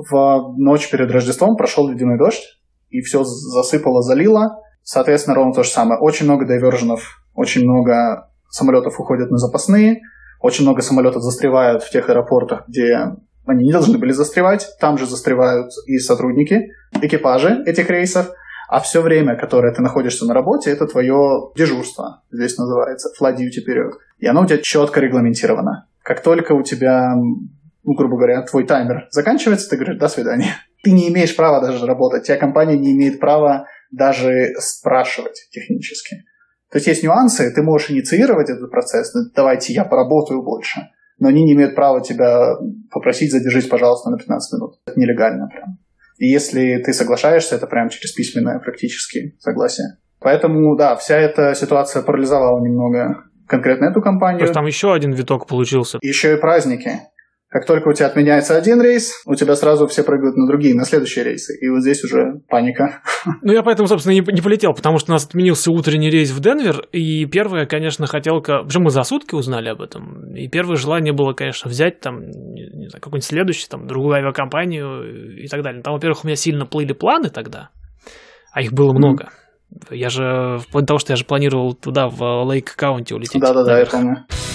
в ночь перед Рождеством прошел ледяной дождь, и все засыпало, залило. Соответственно, ровно то же самое. Очень много дайверженов, очень много самолетов уходят на запасные, очень много самолетов застревают в тех аэропортах, где они не должны были застревать, там же застревают и сотрудники, экипажи этих рейсов, а все время, которое ты находишься на работе, это твое дежурство, здесь называется flight duty period, и оно у тебя четко регламентировано. Как только у тебя, ну, грубо говоря, твой таймер заканчивается, ты говоришь «до свидания». Ты не имеешь права даже работать, тебя компания не имеет права даже спрашивать технически. То есть есть нюансы, ты можешь инициировать этот процесс, давайте я поработаю больше, но они не имеют права тебя попросить задержись, пожалуйста, на пятнадцать минут. Это нелегально прям. И если ты соглашаешься, это прям через письменное практически согласие. Поэтому, да, вся эта ситуация парализовала немного конкретно эту компанию. То есть там еще один виток получился. Еще и праздники. Как только у тебя отменяется один рейс, у тебя сразу все прыгают на другие, на следующие рейсы. И вот здесь уже паника. Ну, я поэтому, собственно, не, не полетел, потому что у нас отменился утренний рейс в Денвер. И первая, конечно, хотелка... Причем мы за сутки узнали об этом. И первое желание было, конечно, взять там, не знаю, какой-нибудь следующий, там, другую авиакомпанию и так далее. Там, во-первых, у меня сильно плыли планы тогда, а их было много. Mm-hmm. Я же, вплоть до того, что я же планировал туда, в Лейк-Каунти улететь. Да-да-да, я помню.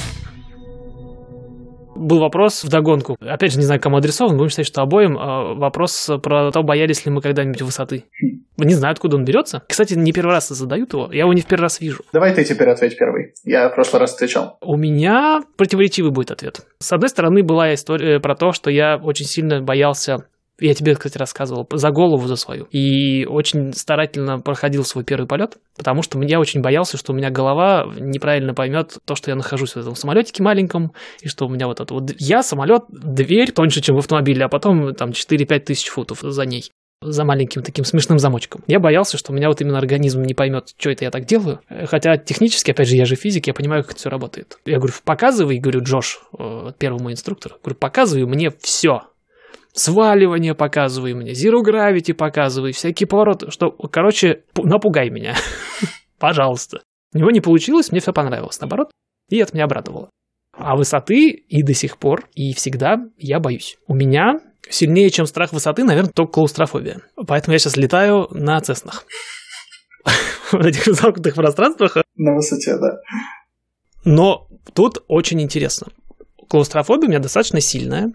Был вопрос вдогонку. Опять же, не знаю, кому адресован, будем считать, что обоим. Вопрос про то, боялись ли мы когда-нибудь высоты. Не знаю, откуда он берется. Кстати, не первый раз задают его, я его не в первый раз вижу. Давай ты теперь ответь первый. Я в прошлый раз отвечал. У меня противоречивый будет ответ. С одной стороны, была история про то, что я очень сильно боялся. Я тебе, кстати, рассказывал, за голову за свою. И очень старательно проходил свой первый полет, потому что я очень боялся, что у меня голова неправильно поймет то, что я нахожусь в этом самолетике маленьком, и что у меня вот это вот... Я самолет, дверь тоньше, чем в автомобиле, а потом там четыре-пять тысяч футов за ней, за маленьким таким смешным замочком. Я боялся, что у меня вот именно организм не поймет, что это я так делаю. Хотя технически, опять же, я же физик, я понимаю, как это все работает. Я говорю, показывай, говорю, Джош, первый мой инструктор, говорю, показывай мне все. Сваливание показывай мне, Zero Gravity показывай, всякие повороты, что, короче, напугай меня, пожалуйста. У него не получилось, мне все понравилось, наоборот, и это меня обрадовало. А высоты и до сих пор, и всегда я боюсь. У меня сильнее, чем страх высоты, наверное, только клаустрофобия. Поэтому я сейчас летаю на Цеснах. В этих замкнутых пространствах. На высоте, да. Но тут очень интересно. Клаустрофобия у меня достаточно сильная,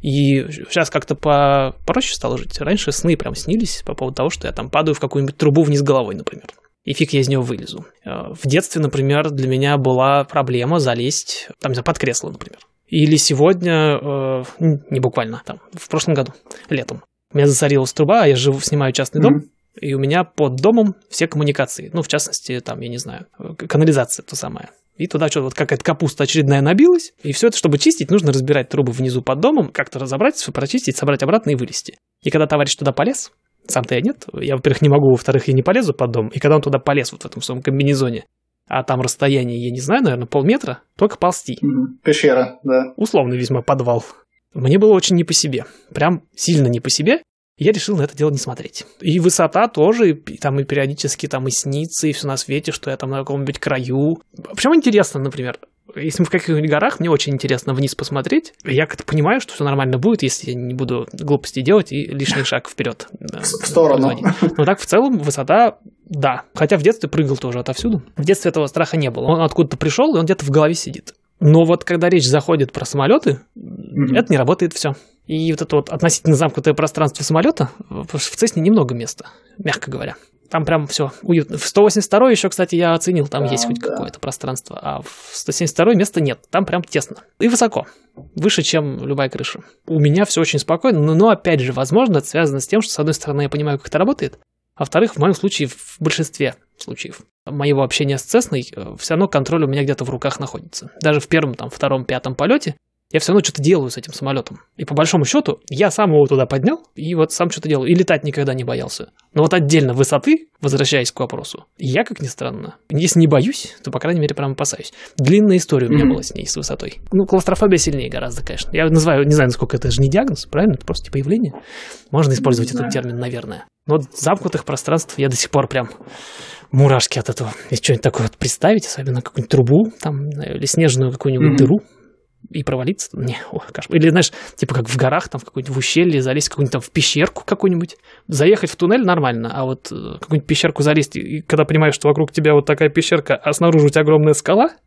и сейчас как-то по... проще стало жить. Раньше сны прям снились по поводу того, что я там падаю в какую-нибудь трубу вниз головой, например, и фиг я из нее вылезу. В детстве, например, для меня была проблема залезть там, под кресло, например. Или сегодня, э, не буквально, там, в прошлом году, летом, у меня засорилась труба, а я живу, снимаю частный дом, mm-hmm. и у меня под домом все коммуникации, ну, в частности, там, я не знаю, канализация то самое. И туда что-то вот какая-то капуста очередная набилась. И все это, чтобы чистить, нужно разбирать трубы внизу под домом, как-то разобрать, все прочистить, собрать обратно и вылезти. И когда товарищ туда полез, сам-то я нет, я, во-первых, не могу, во-вторых, я не полезу под дом. И когда он туда полез вот в этом своем комбинезоне, а там расстояние, я не знаю, наверное, полметра, только ползти. Mm-hmm. Пещера, да. Условно, видимо, подвал. Мне было очень не по себе. Прям сильно не по себе. Я решил на это дело не смотреть. И высота тоже, и, там и периодически там и снится, и все на свете, что я там на каком-нибудь краю. Причем интересно, например, если мы в каких-нибудь горах, мне очень интересно вниз посмотреть. Я как-то понимаю, что все нормально будет, если я не буду глупости делать и лишний шаг вперед. В сторону. Но так в целом высота, да. Хотя в детстве прыгал тоже отовсюду. В детстве этого страха не было. Он откуда-то пришел, и он где-то в голове сидит. Но вот когда речь заходит про самолеты, mm-hmm. это не работает все. И вот это вот относительно замкнутое пространство самолета, в Цесне немного места, мягко говоря. Там прям все уютно. В сто восемьдесят второй еще, кстати, я оценил, там да, есть хоть да. какое-то пространство, а в сто семьдесят второй места нет, там прям тесно. И высоко, выше, чем любая крыша. У меня все очень спокойно, но, но опять же, возможно, это связано с тем, что, с одной стороны, я понимаю, как это работает, а во-вторых, в моем случае, в большинстве случаев моего общения с Цесной, все равно контроль у меня где-то в руках находится. Даже в первом, там, втором, пятом полете я все равно что-то делаю с этим самолетом. И по большому счету, я сам его туда поднял, и вот сам что-то делаю. И летать никогда не боялся. Но вот отдельно высоты, возвращаясь к вопросу, я, как ни странно, если не боюсь, то, по крайней мере, прям опасаюсь. Длинная история у меня была с ней, с высотой. Ну, клаустрофобия сильнее гораздо, конечно. Я называю, не знаю, насколько это же не диагноз, правильно? Это просто типа явление. Можно использовать этот термин, наверное. Но вот замкнутых пространств я до сих пор прям... мурашки от этого. Если что-нибудь такое вот представить, особенно какую-нибудь трубу, там, или снежную какую-нибудь mm-hmm. дыру, и провалиться. Не, о, кошмар. Или, знаешь, типа как в горах, там, в какой-нибудь в ущелье, залезть в какую-нибудь там в пещерку какую-нибудь. Заехать в туннель нормально, а вот какую-нибудь пещерку залезть, и когда понимаешь, что вокруг тебя вот такая пещерка, а снаружи у тебя огромная скала,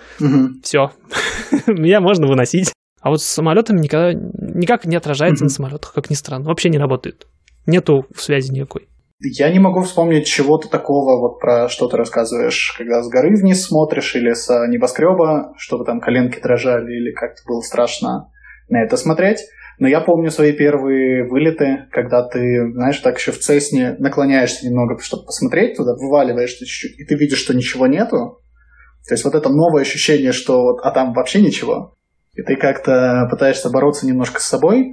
угу. Все, меня можно выносить. А вот с самолетами никогда, никак не отражается угу. на самолетах, как ни странно. Вообще не работает. Нету связи никакой. Я не могу вспомнить чего-то такого, вот про что ты рассказываешь, когда с горы вниз смотришь или с небоскреба, чтобы там коленки дрожали или как-то было страшно на это смотреть. Но я помню свои первые вылеты, когда ты, знаешь, так еще в Цесне наклоняешься немного, чтобы посмотреть туда, вываливаешься чуть-чуть, и ты видишь, что ничего нету. То есть вот это новое ощущение, что вот, а там вообще ничего. И ты как-то пытаешься бороться немножко с собой,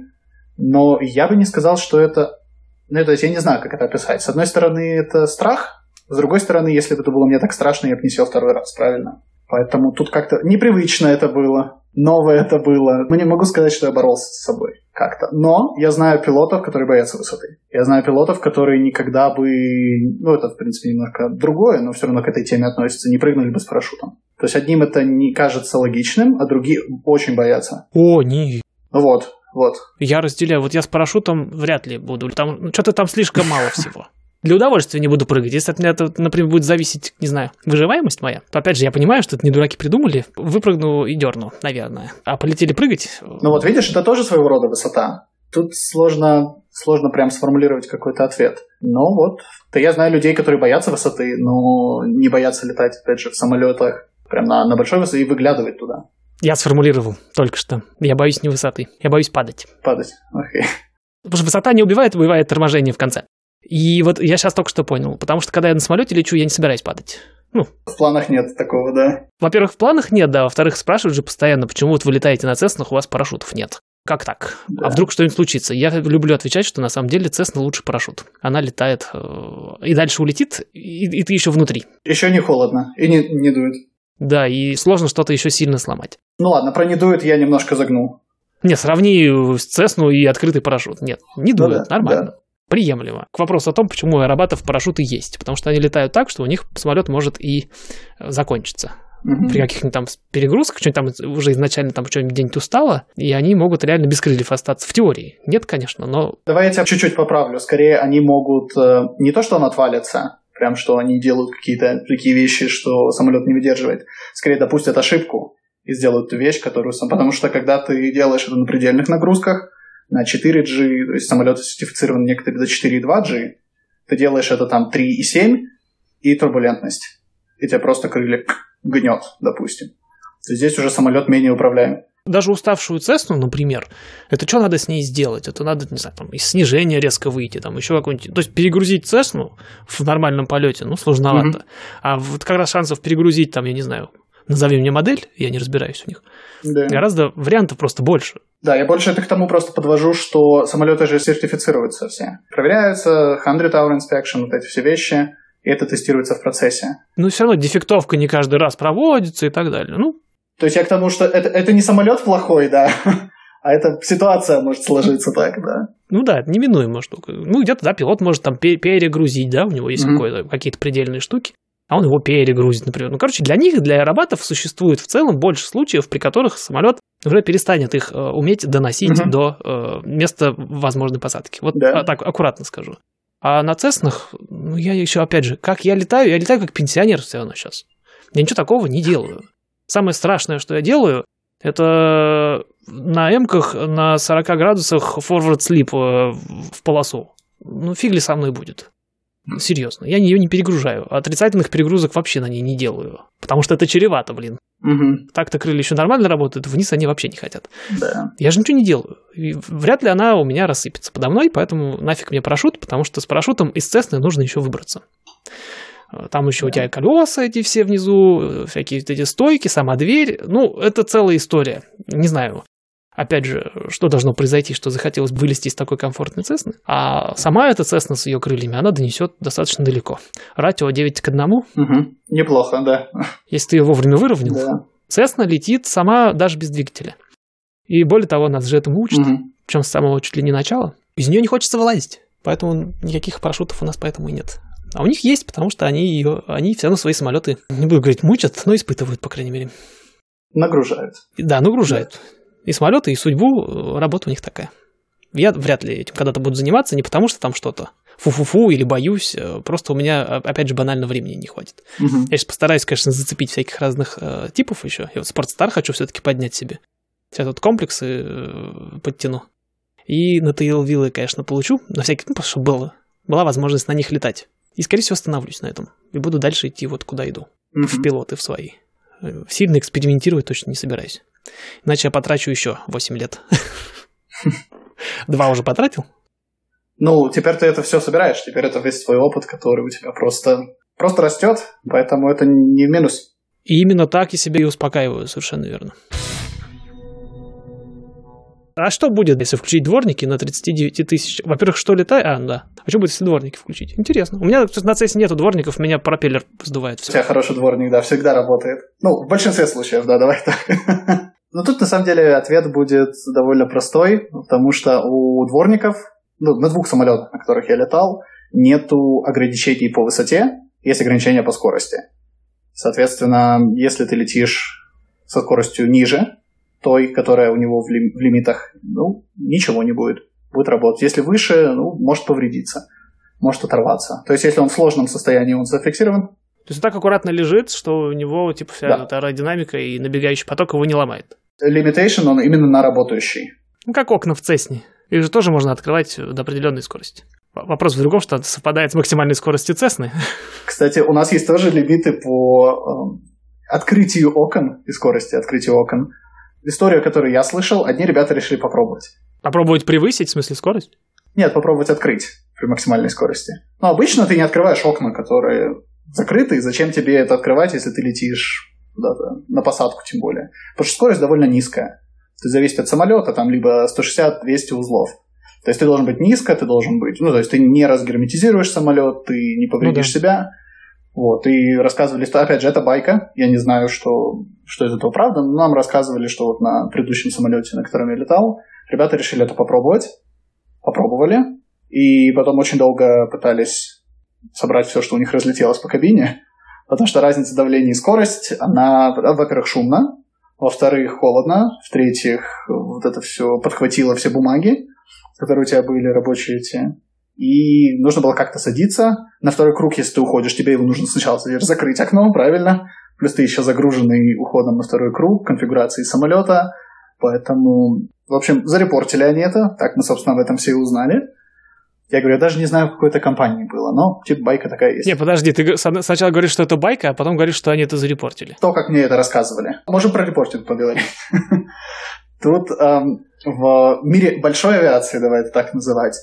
но я бы не сказал, что это... Ну, то есть я не знаю, как это описать. С одной стороны, это страх, с другой стороны, если бы это было мне так страшно, я бы не сел второй раз, правильно? Поэтому тут как-то непривычно это было, новое это было. Ну, не могу сказать, что я боролся с собой как-то. Но я знаю пилотов, которые боятся высоты. Я знаю пилотов, которые никогда бы... Ну, это, в принципе, немножко другое, но все равно к этой теме относится. Не прыгнули бы с парашютом. То есть одним это не кажется логичным, а другие очень боятся. О, не... Вот. Вот. Я разделяю. Вот я с парашютом вряд ли буду. Там, ну, что-то там слишком мало всего. Для удовольствия не буду прыгать. Если от меня это, например, будет зависеть, не знаю, выживаемость моя, то, опять же, я понимаю, что это не дураки придумали. Выпрыгну и дерну, наверное. А полетели прыгать... Ну вот видишь, это тоже своего рода высота. Тут сложно, сложно прям сформулировать какой-то ответ. Но вот, да я знаю людей, которые боятся высоты, но не боятся летать, опять же, в самолетах прям на, на большой высоте и выглядывать туда. Я сформулировал только что. Я боюсь не высоты. Я боюсь падать. Падать, окей. Okay. Потому что высота не убивает, убивает торможение в конце. И вот я сейчас только что понял. Потому что когда я на самолете лечу, я не собираюсь падать. Ну. В планах нет такого, да? Во-первых, в планах нет, да. Во-вторых, спрашивают же постоянно, почему вот вы летаете на Цеснах, у вас парашютов нет. Как так? Да. А вдруг что-нибудь случится? Я люблю отвечать, что на самом деле Цесна лучше парашют. Она летает э, и дальше улетит, и, и ты еще внутри. Еще не холодно и не, не дует. Да, и сложно что-то еще сильно сломать. Ну ладно, про не дует я немножко загнул. Не, сравни с Цесну и открытый парашют. Нет, не дует, ну, да, нормально. Да. Приемлемо. К вопросу о том, почему у аэробатов парашюты есть. Потому что они летают так, что у них самолет может и закончиться. Угу. При каких-нибудь там перегрузках, что-нибудь там уже изначально там что-нибудь где-нибудь устало, и они могут реально без крыльев остаться. В теории. Нет, конечно, но... Давай я тебя чуть-чуть поправлю. Скорее, они могут... Не то, что он отвалится, прям что они делают какие-то такие вещи, что самолет не выдерживает. Скорее, допустят ошибку и сделают ту вещь, которую... Потому что, когда ты делаешь это на предельных нагрузках, на четыре джи, то есть самолеты сертифицированы некоторые до четыре и два джи, ты делаешь это там три и семь, и турбулентность. И тебя просто крылья гнет, допустим. То есть здесь уже самолет менее управляем. Даже уставшую Цесну, например, это что надо с ней сделать? Это надо, не знаю, там, из снижения резко выйти, там, еще какой-нибудь... То есть перегрузить Цесну в нормальном полете, ну, сложновато. Mm-hmm. А вот как раз шансов перегрузить, там, я не знаю, назови мне модель, я не разбираюсь в них, да. Гораздо вариантов просто больше. Да, я больше это к тому просто подвожу, что самолеты же сертифицируются все. Проверяются, hundred hour inspection, вот эти все вещи, и это тестируется в процессе. Ну, все равно дефектовка не каждый раз проводится и так далее, ну... То есть я к тому, что это, это не самолет плохой, да, а это ситуация может сложиться так, да. Ну да, это неминуемая штука. Ну, где-то, да, пилот может там перегрузить, да, у него есть mm-hmm. какие-то предельные штуки, а он его перегрузит, например. Ну, короче, для них, для аэробатов существует в целом больше случаев, при которых самолет уже перестанет их э, уметь доносить mm-hmm. до э, места возможной посадки. Вот да. а, так аккуратно скажу. А на Цеснах, ну, я еще, опять же, как я летаю, я летаю как пенсионер все равно сейчас. Я ничего такого не делаю. Самое страшное, что я делаю, это на эмках на сорок градусах forward slip в полосу. Ну, фиг ли со мной будет. Серьезно. Я ее не перегружаю. Отрицательных перегрузок вообще на ней не делаю. Потому что это чревато, блин. Угу. Так-то крылья еще нормально работают, вниз они вообще не хотят. Да. Я же ничего не делаю. И вряд ли она у меня рассыпется подо мной, поэтому нафиг мне парашют, потому что с парашютом из Цесны нужно еще выбраться. Там еще у тебя колеса эти все внизу, всякие эти стойки, сама дверь. Ну, это целая история. Не знаю, опять же, что должно произойти, что захотелось вылезти из такой комфортной Цесны. А сама эта Цесна с ее крыльями, она донесет достаточно далеко. Радио девять к одному. Угу. Неплохо, да. Если ты ее вовремя выровнял, да. Цесна летит сама даже без двигателя. И более того, нас же этому учат. Угу. Причем с самого чуть ли не начала. Из нее не хочется вылазить. Поэтому никаких парашютов у нас поэтому и нет. А у них есть, потому что они ее, они все равно свои самолеты, не буду говорить, мучат, но испытывают, по крайней мере. Нагружают. Да, нагружают. Да. И самолеты, и судьбу, работа у них такая. Я вряд ли этим когда-то буду заниматься, не потому что там что-то, фу-фу-фу или боюсь, просто у меня, опять же, банально времени не хватит. Uh-huh. Я сейчас постараюсь, конечно, зацепить всяких разных э, типов еще. Я вот Спортстар хочу все-таки поднять себе. Сейчас тут комплексы э, подтяну. И на тейлвиллы, конечно, получу, на всякий, ну, потому что было, была возможность на них летать. И, скорее всего, остановлюсь на этом. И буду дальше идти вот куда иду. Uh-huh. В пилоты в свои. Сильно экспериментировать точно не собираюсь. Иначе я потрачу еще восемь лет. Два уже потратил? Ну, теперь ты это все собираешь. Теперь это весь твой опыт, который у тебя просто, просто растет, поэтому это не в минус. И именно так я себя и успокаиваю, совершенно верно. А что будет, если включить дворники на тридцать девять тысяч? Во-первых, что летает? А, да. А что будет, если дворники включить? Интересно. У меня на цессе нету дворников, меня пропеллер сдувает. Все. У тебя хороший дворник, да, всегда работает. Ну, в большинстве случаев, да, давай так. Но тут, на самом деле, ответ будет довольно простой, потому что у дворников, ну, на двух самолетах, на которых я летал, нету ограничений по высоте, есть ограничения по скорости. Соответственно, если ты летишь со скоростью ниже той, которая у него в, ли, в лимитах, ну, ничего не будет. Будет работать. Если выше, ну, может повредиться, может оторваться. То есть, если он в сложном состоянии, он зафиксирован. То есть, он так аккуратно лежит, что у него, типа, вся да. эта аэродинамика и набегающий поток его не ломает. Limitation, он именно на работающий. Ну, как окна в Цесне. Их же тоже можно открывать до определенной скорости. Вопрос в другом, что это совпадает с максимальной скоростью Цесны. Кстати, у нас есть тоже лимиты по э, открытию окон и скорости открытия окон. История, которую я слышал, одни ребята решили попробовать. Попробовать превысить, в смысле скорость? Нет, попробовать открыть при максимальной скорости. Но обычно ты не открываешь окна, которые закрыты, и зачем тебе это открывать, если ты летишь куда-то, на посадку тем более. Потому что скорость довольно низкая. То есть зависит от самолета, там либо сто шестьдесят - двести узлов. То есть ты должен быть низко, ты должен быть... Ну, то есть ты не разгерметизируешь самолет, ты не повредишь ну, да. себя. Вот, и рассказывали, что, опять же, это байка. Я не знаю, что, что из этого правда, но нам рассказывали, что вот на предыдущем самолете, на котором я летал, ребята решили это попробовать. Попробовали. И потом очень долго пытались собрать все, что у них разлетелось по кабине. Потому что разница давления и скорость, она, во-первых, шумно, во-вторых, холодно, в-третьих, вот это все подхватило все бумаги, которые у тебя были рабочие эти. И нужно было как-то садиться. На второй круг, если ты уходишь, тебе его нужно сначала закрыть окно, правильно? Плюс ты еще загруженный уходом на второй круг, конфигурацией самолета. Поэтому, в общем, зарепортили они это. Так мы, собственно, об этом все и узнали. Я говорю, я даже не знаю, в какой это компании было, но типа байка такая есть. Не, подожди, ты сначала говоришь, что это байка, а потом говоришь, что они это зарепортили. То, как мне это рассказывали. Можем про репортинг поговорить. Тут в мире большой авиации, давай это так называть,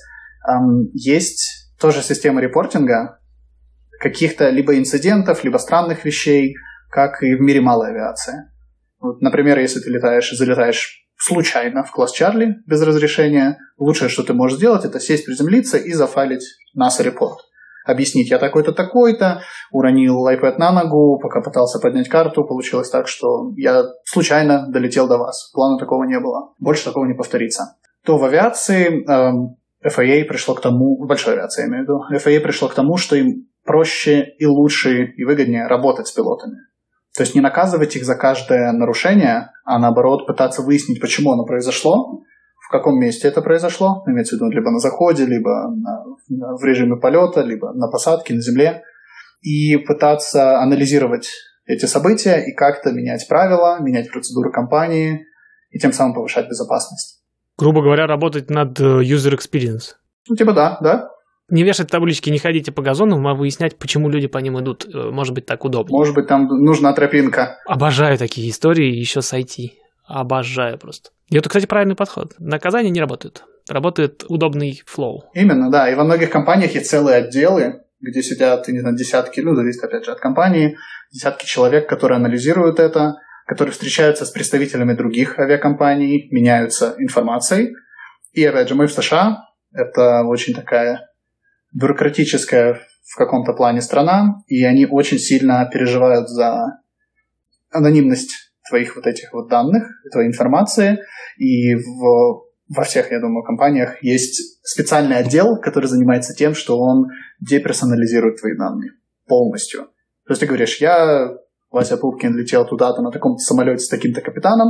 есть тоже система репортинга каких-то либо инцидентов, либо странных вещей, как и в мире малой авиации. Вот, например, если ты летаешь и залетаешь случайно в класс Чарли без разрешения, лучшее, что ты можешь сделать, это сесть, приземлиться и зафайлить NASA репорт. Объяснить, я такой-то, такой-то, уронил iPad на ногу, пока пытался поднять карту, получилось так, что я случайно долетел до вас. Плана такого не было. Больше такого не повторится. То в авиации эм, эф эй эй пришло к тому, в большой авиации я имею в виду, эф эй эй пришло к тому, что им проще и лучше и выгоднее работать с пилотами. То есть не наказывать их за каждое нарушение, а наоборот пытаться выяснить, почему оно произошло, в каком месте это произошло, имеется в виду либо на заходе, либо на, на, в режиме полета, либо на посадке, на земле, и пытаться анализировать эти события и как-то менять правила, менять процедуры компании и тем самым повышать безопасность. Грубо говоря, работать над user experience. Ну, типа да, да. Не вешать таблички, не ходите по газонам, а выяснять, почему люди по ним идут. Может быть, так удобнее. Может быть, там нужна тропинка. Обожаю такие истории еще с ай ти. Обожаю просто. И это, кстати, правильный подход. Наказания не работают. Работает удобный флоу. Именно, да. И во многих компаниях есть целые отделы, где сидят, не знаю, десятки, ну, зависит, опять же, от компании, десятки человек, которые анализируют это, которые встречаются с представителями других авиакомпаний, меняются информацией. И, опять же, мы в США, это очень такая бюрократическая в каком-то плане страна, и они очень сильно переживают за анонимность твоих вот этих вот данных, твоей информации, и в, во всех, я думаю, компаниях есть специальный отдел, который занимается тем, что он деперсонализирует твои данные полностью. То есть ты говоришь, я, Вася Пупкин, летел туда-то на таком-то самолете с таким-то капитаном,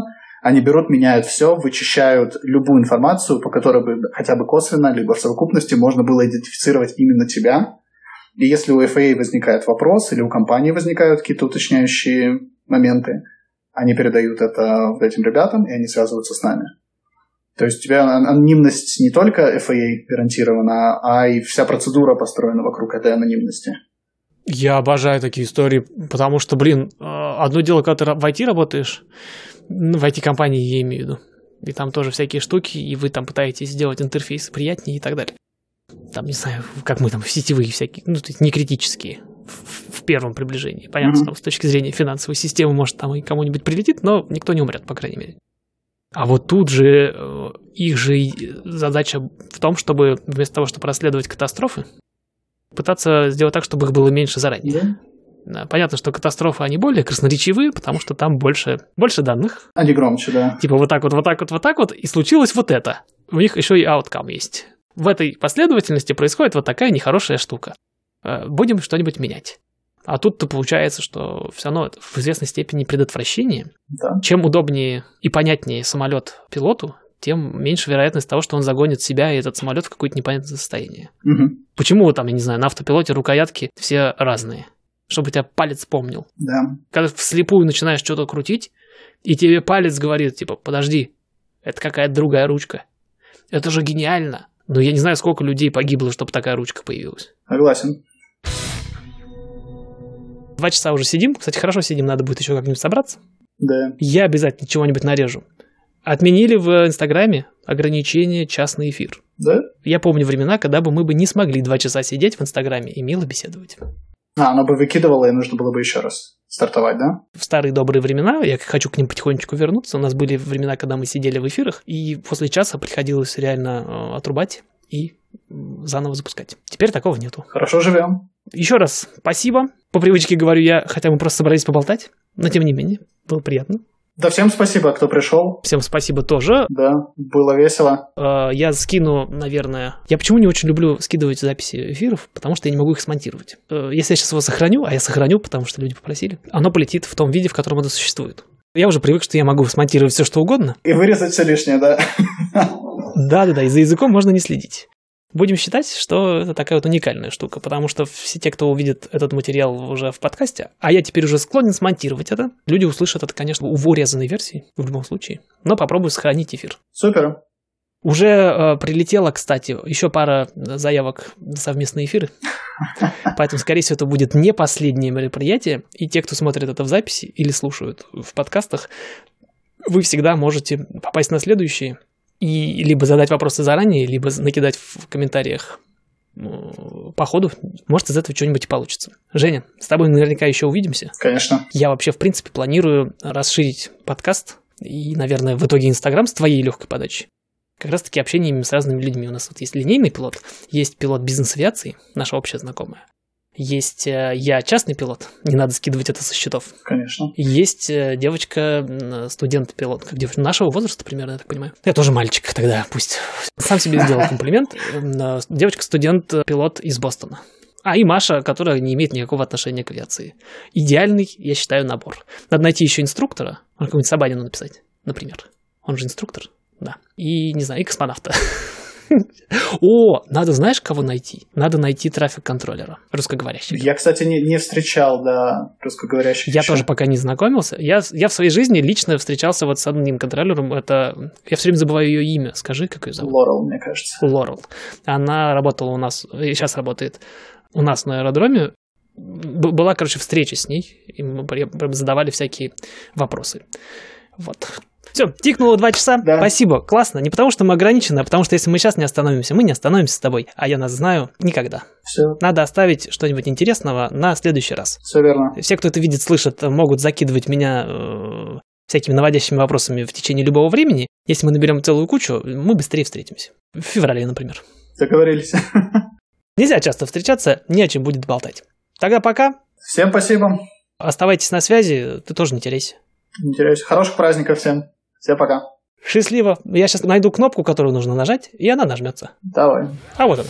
Они берут, меняют все, вычищают любую информацию, по которой бы хотя бы косвенно, либо в совокупности можно было идентифицировать именно тебя. И если у эф эй эй возникает вопрос, или у компании возникают какие-то уточняющие моменты, они передают это вот этим ребятам, и они связываются с нами. То есть у тебя анонимность не только эф эй эй гарантирована, а и вся процедура построена вокруг этой анонимности. Я обожаю такие истории, потому что, блин, одно дело, когда ты в ай ти работаешь, в ай ти-компании я имею в виду, и там тоже всякие штуки, и вы там пытаетесь сделать интерфейс приятнее и так далее. Там, не знаю, как мы там, сетевые всякие, ну, то есть не критические в, в первом приближении. Понятно, mm-hmm. там, с точки зрения финансовой системы, может, там и кому-нибудь прилетит, но никто не умрет, по крайней мере. А вот тут же их же задача в том, чтобы вместо того, чтобы расследовать катастрофы, пытаться сделать так, чтобы их было меньше заранее. Yeah. Да, понятно, что катастрофы, они более красноречивые, потому что там больше, больше данных. Они громче, да. Типа вот так вот, вот так вот, вот так вот, и случилось вот это. У них еще и outcome есть. В этой последовательности происходит вот такая нехорошая штука. Будем что-нибудь менять. А тут-то получается, что все равно это в известной степени предотвращение. Да. Чем удобнее и понятнее самолет пилоту, тем меньше вероятность того, что он загонит себя и этот самолет в какое-то непонятное состояние. Угу. Почему там, я не знаю, на автопилоте рукоятки все разные? Чтобы тебя палец помнил. Да. Когда вслепую начинаешь что-то крутить, и тебе палец говорит, типа, подожди, это какая-то другая ручка. Это же гениально. Но я не знаю, сколько людей погибло, чтобы такая ручка появилась. Согласен. Два часа уже сидим. Кстати, хорошо сидим, надо будет еще как-нибудь собраться. Да. Я обязательно чего-нибудь нарежу. Отменили в Инстаграме ограничение час на эфир. Да? Я помню времена, когда бы мы бы не смогли два часа сидеть в Инстаграме и мило беседовать. А, оно бы выкидывало, и нужно было бы еще раз стартовать, да? В старые добрые времена, я хочу к ним потихонечку вернуться, у нас были времена, когда мы сидели в эфирах, и после часа приходилось реально отрубать и заново запускать. Теперь такого нету. Хорошо живем. Еще раз спасибо. По привычке говорю я, хотя мы просто собрались поболтать, но тем не менее, было приятно. Да, всем спасибо, кто пришел. Всем спасибо тоже. Да, было весело. Я скину, наверное... Я почему не очень люблю скидывать записи эфиров? Потому что я не могу их смонтировать. Если я сейчас его сохраню, а я сохраню, потому что люди попросили, оно полетит в том виде, в котором оно существует. Я уже привык, что я могу смонтировать все, что угодно. И вырезать все лишнее, да? Да-да-да, и за языком можно не следить. Будем считать, что это такая вот уникальная штука, потому что все те, кто увидит этот материал уже в подкасте, а я теперь уже склонен смонтировать это, люди услышат это, конечно, в урезанной версии, в любом случае, но попробую сохранить эфир. Супер. Уже э, прилетело, кстати, еще пара заявок на совместные эфиры, поэтому, скорее всего, это будет не последнее мероприятие, и те, кто смотрит это в записи или слушают в подкастах, вы всегда можете попасть на следующие. И либо задать вопросы заранее, либо накидать в комментариях по ходу. Может, из этого что-нибудь и получится. Женя, с тобой наверняка еще увидимся. Конечно. Я вообще, в принципе, планирую расширить подкаст и, наверное, в итоге Инстаграм с твоей легкой подачи. Как раз-таки общением с разными людьми. У нас вот есть линейный пилот, есть пилот бизнес-авиации, наша общая знакомая. Есть э, я частный пилот, не надо скидывать это со счетов. Конечно. Есть э, девочка, студент-пилот, как девочка нашего возраста примерно, я так понимаю. Я тоже мальчик тогда, пусть сам себе сделал комплимент. Девочка-студент-пилот из Бостона. А и Маша, которая не имеет никакого отношения к авиации. Идеальный, я считаю, набор. Надо найти еще инструктора, какого-нибудь Собанину написать, например. Он же инструктор, да. И, не знаю, и космонавта. О, надо, знаешь, кого найти? Надо найти трафик-контроллера русскоговорящего. Я, кстати, не, не встречал, да, русскоговорящих. Я еще. тоже пока не знакомился. Я, я в своей жизни лично встречался вот с одним контролером. Это... Я все время забываю ее имя. Скажи, как ее зовут? Лорел, мне кажется. Лорел. Она работала у нас, и сейчас работает у нас на аэродроме. Б- была, короче, встреча с ней, и мы задавали всякие вопросы. Вот. Все, тикнуло два часа. Да. Спасибо, классно. Не потому, что мы ограничены, а потому, что если мы сейчас не остановимся, мы не остановимся с тобой. А я нас знаю никогда. Все. Надо оставить что-нибудь интересного на следующий раз. Все верно. Все, кто это видит, слышит, могут закидывать меня э, всякими наводящими вопросами в течение любого времени. Если мы наберем целую кучу, мы быстрее встретимся. В феврале, например. Договорились. Нельзя часто встречаться, не о чем будет болтать. Тогда пока. Всем спасибо. Оставайтесь на связи, ты тоже не теряйся. Не теряюсь. Хороших праздников всем. Всем пока. Счастливо. Я сейчас найду кнопку, которую нужно нажать, и она нажмется. Давай. А вот она.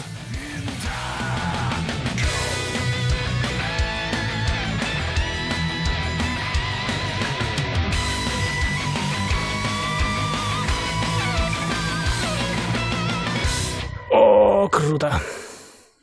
О, круто.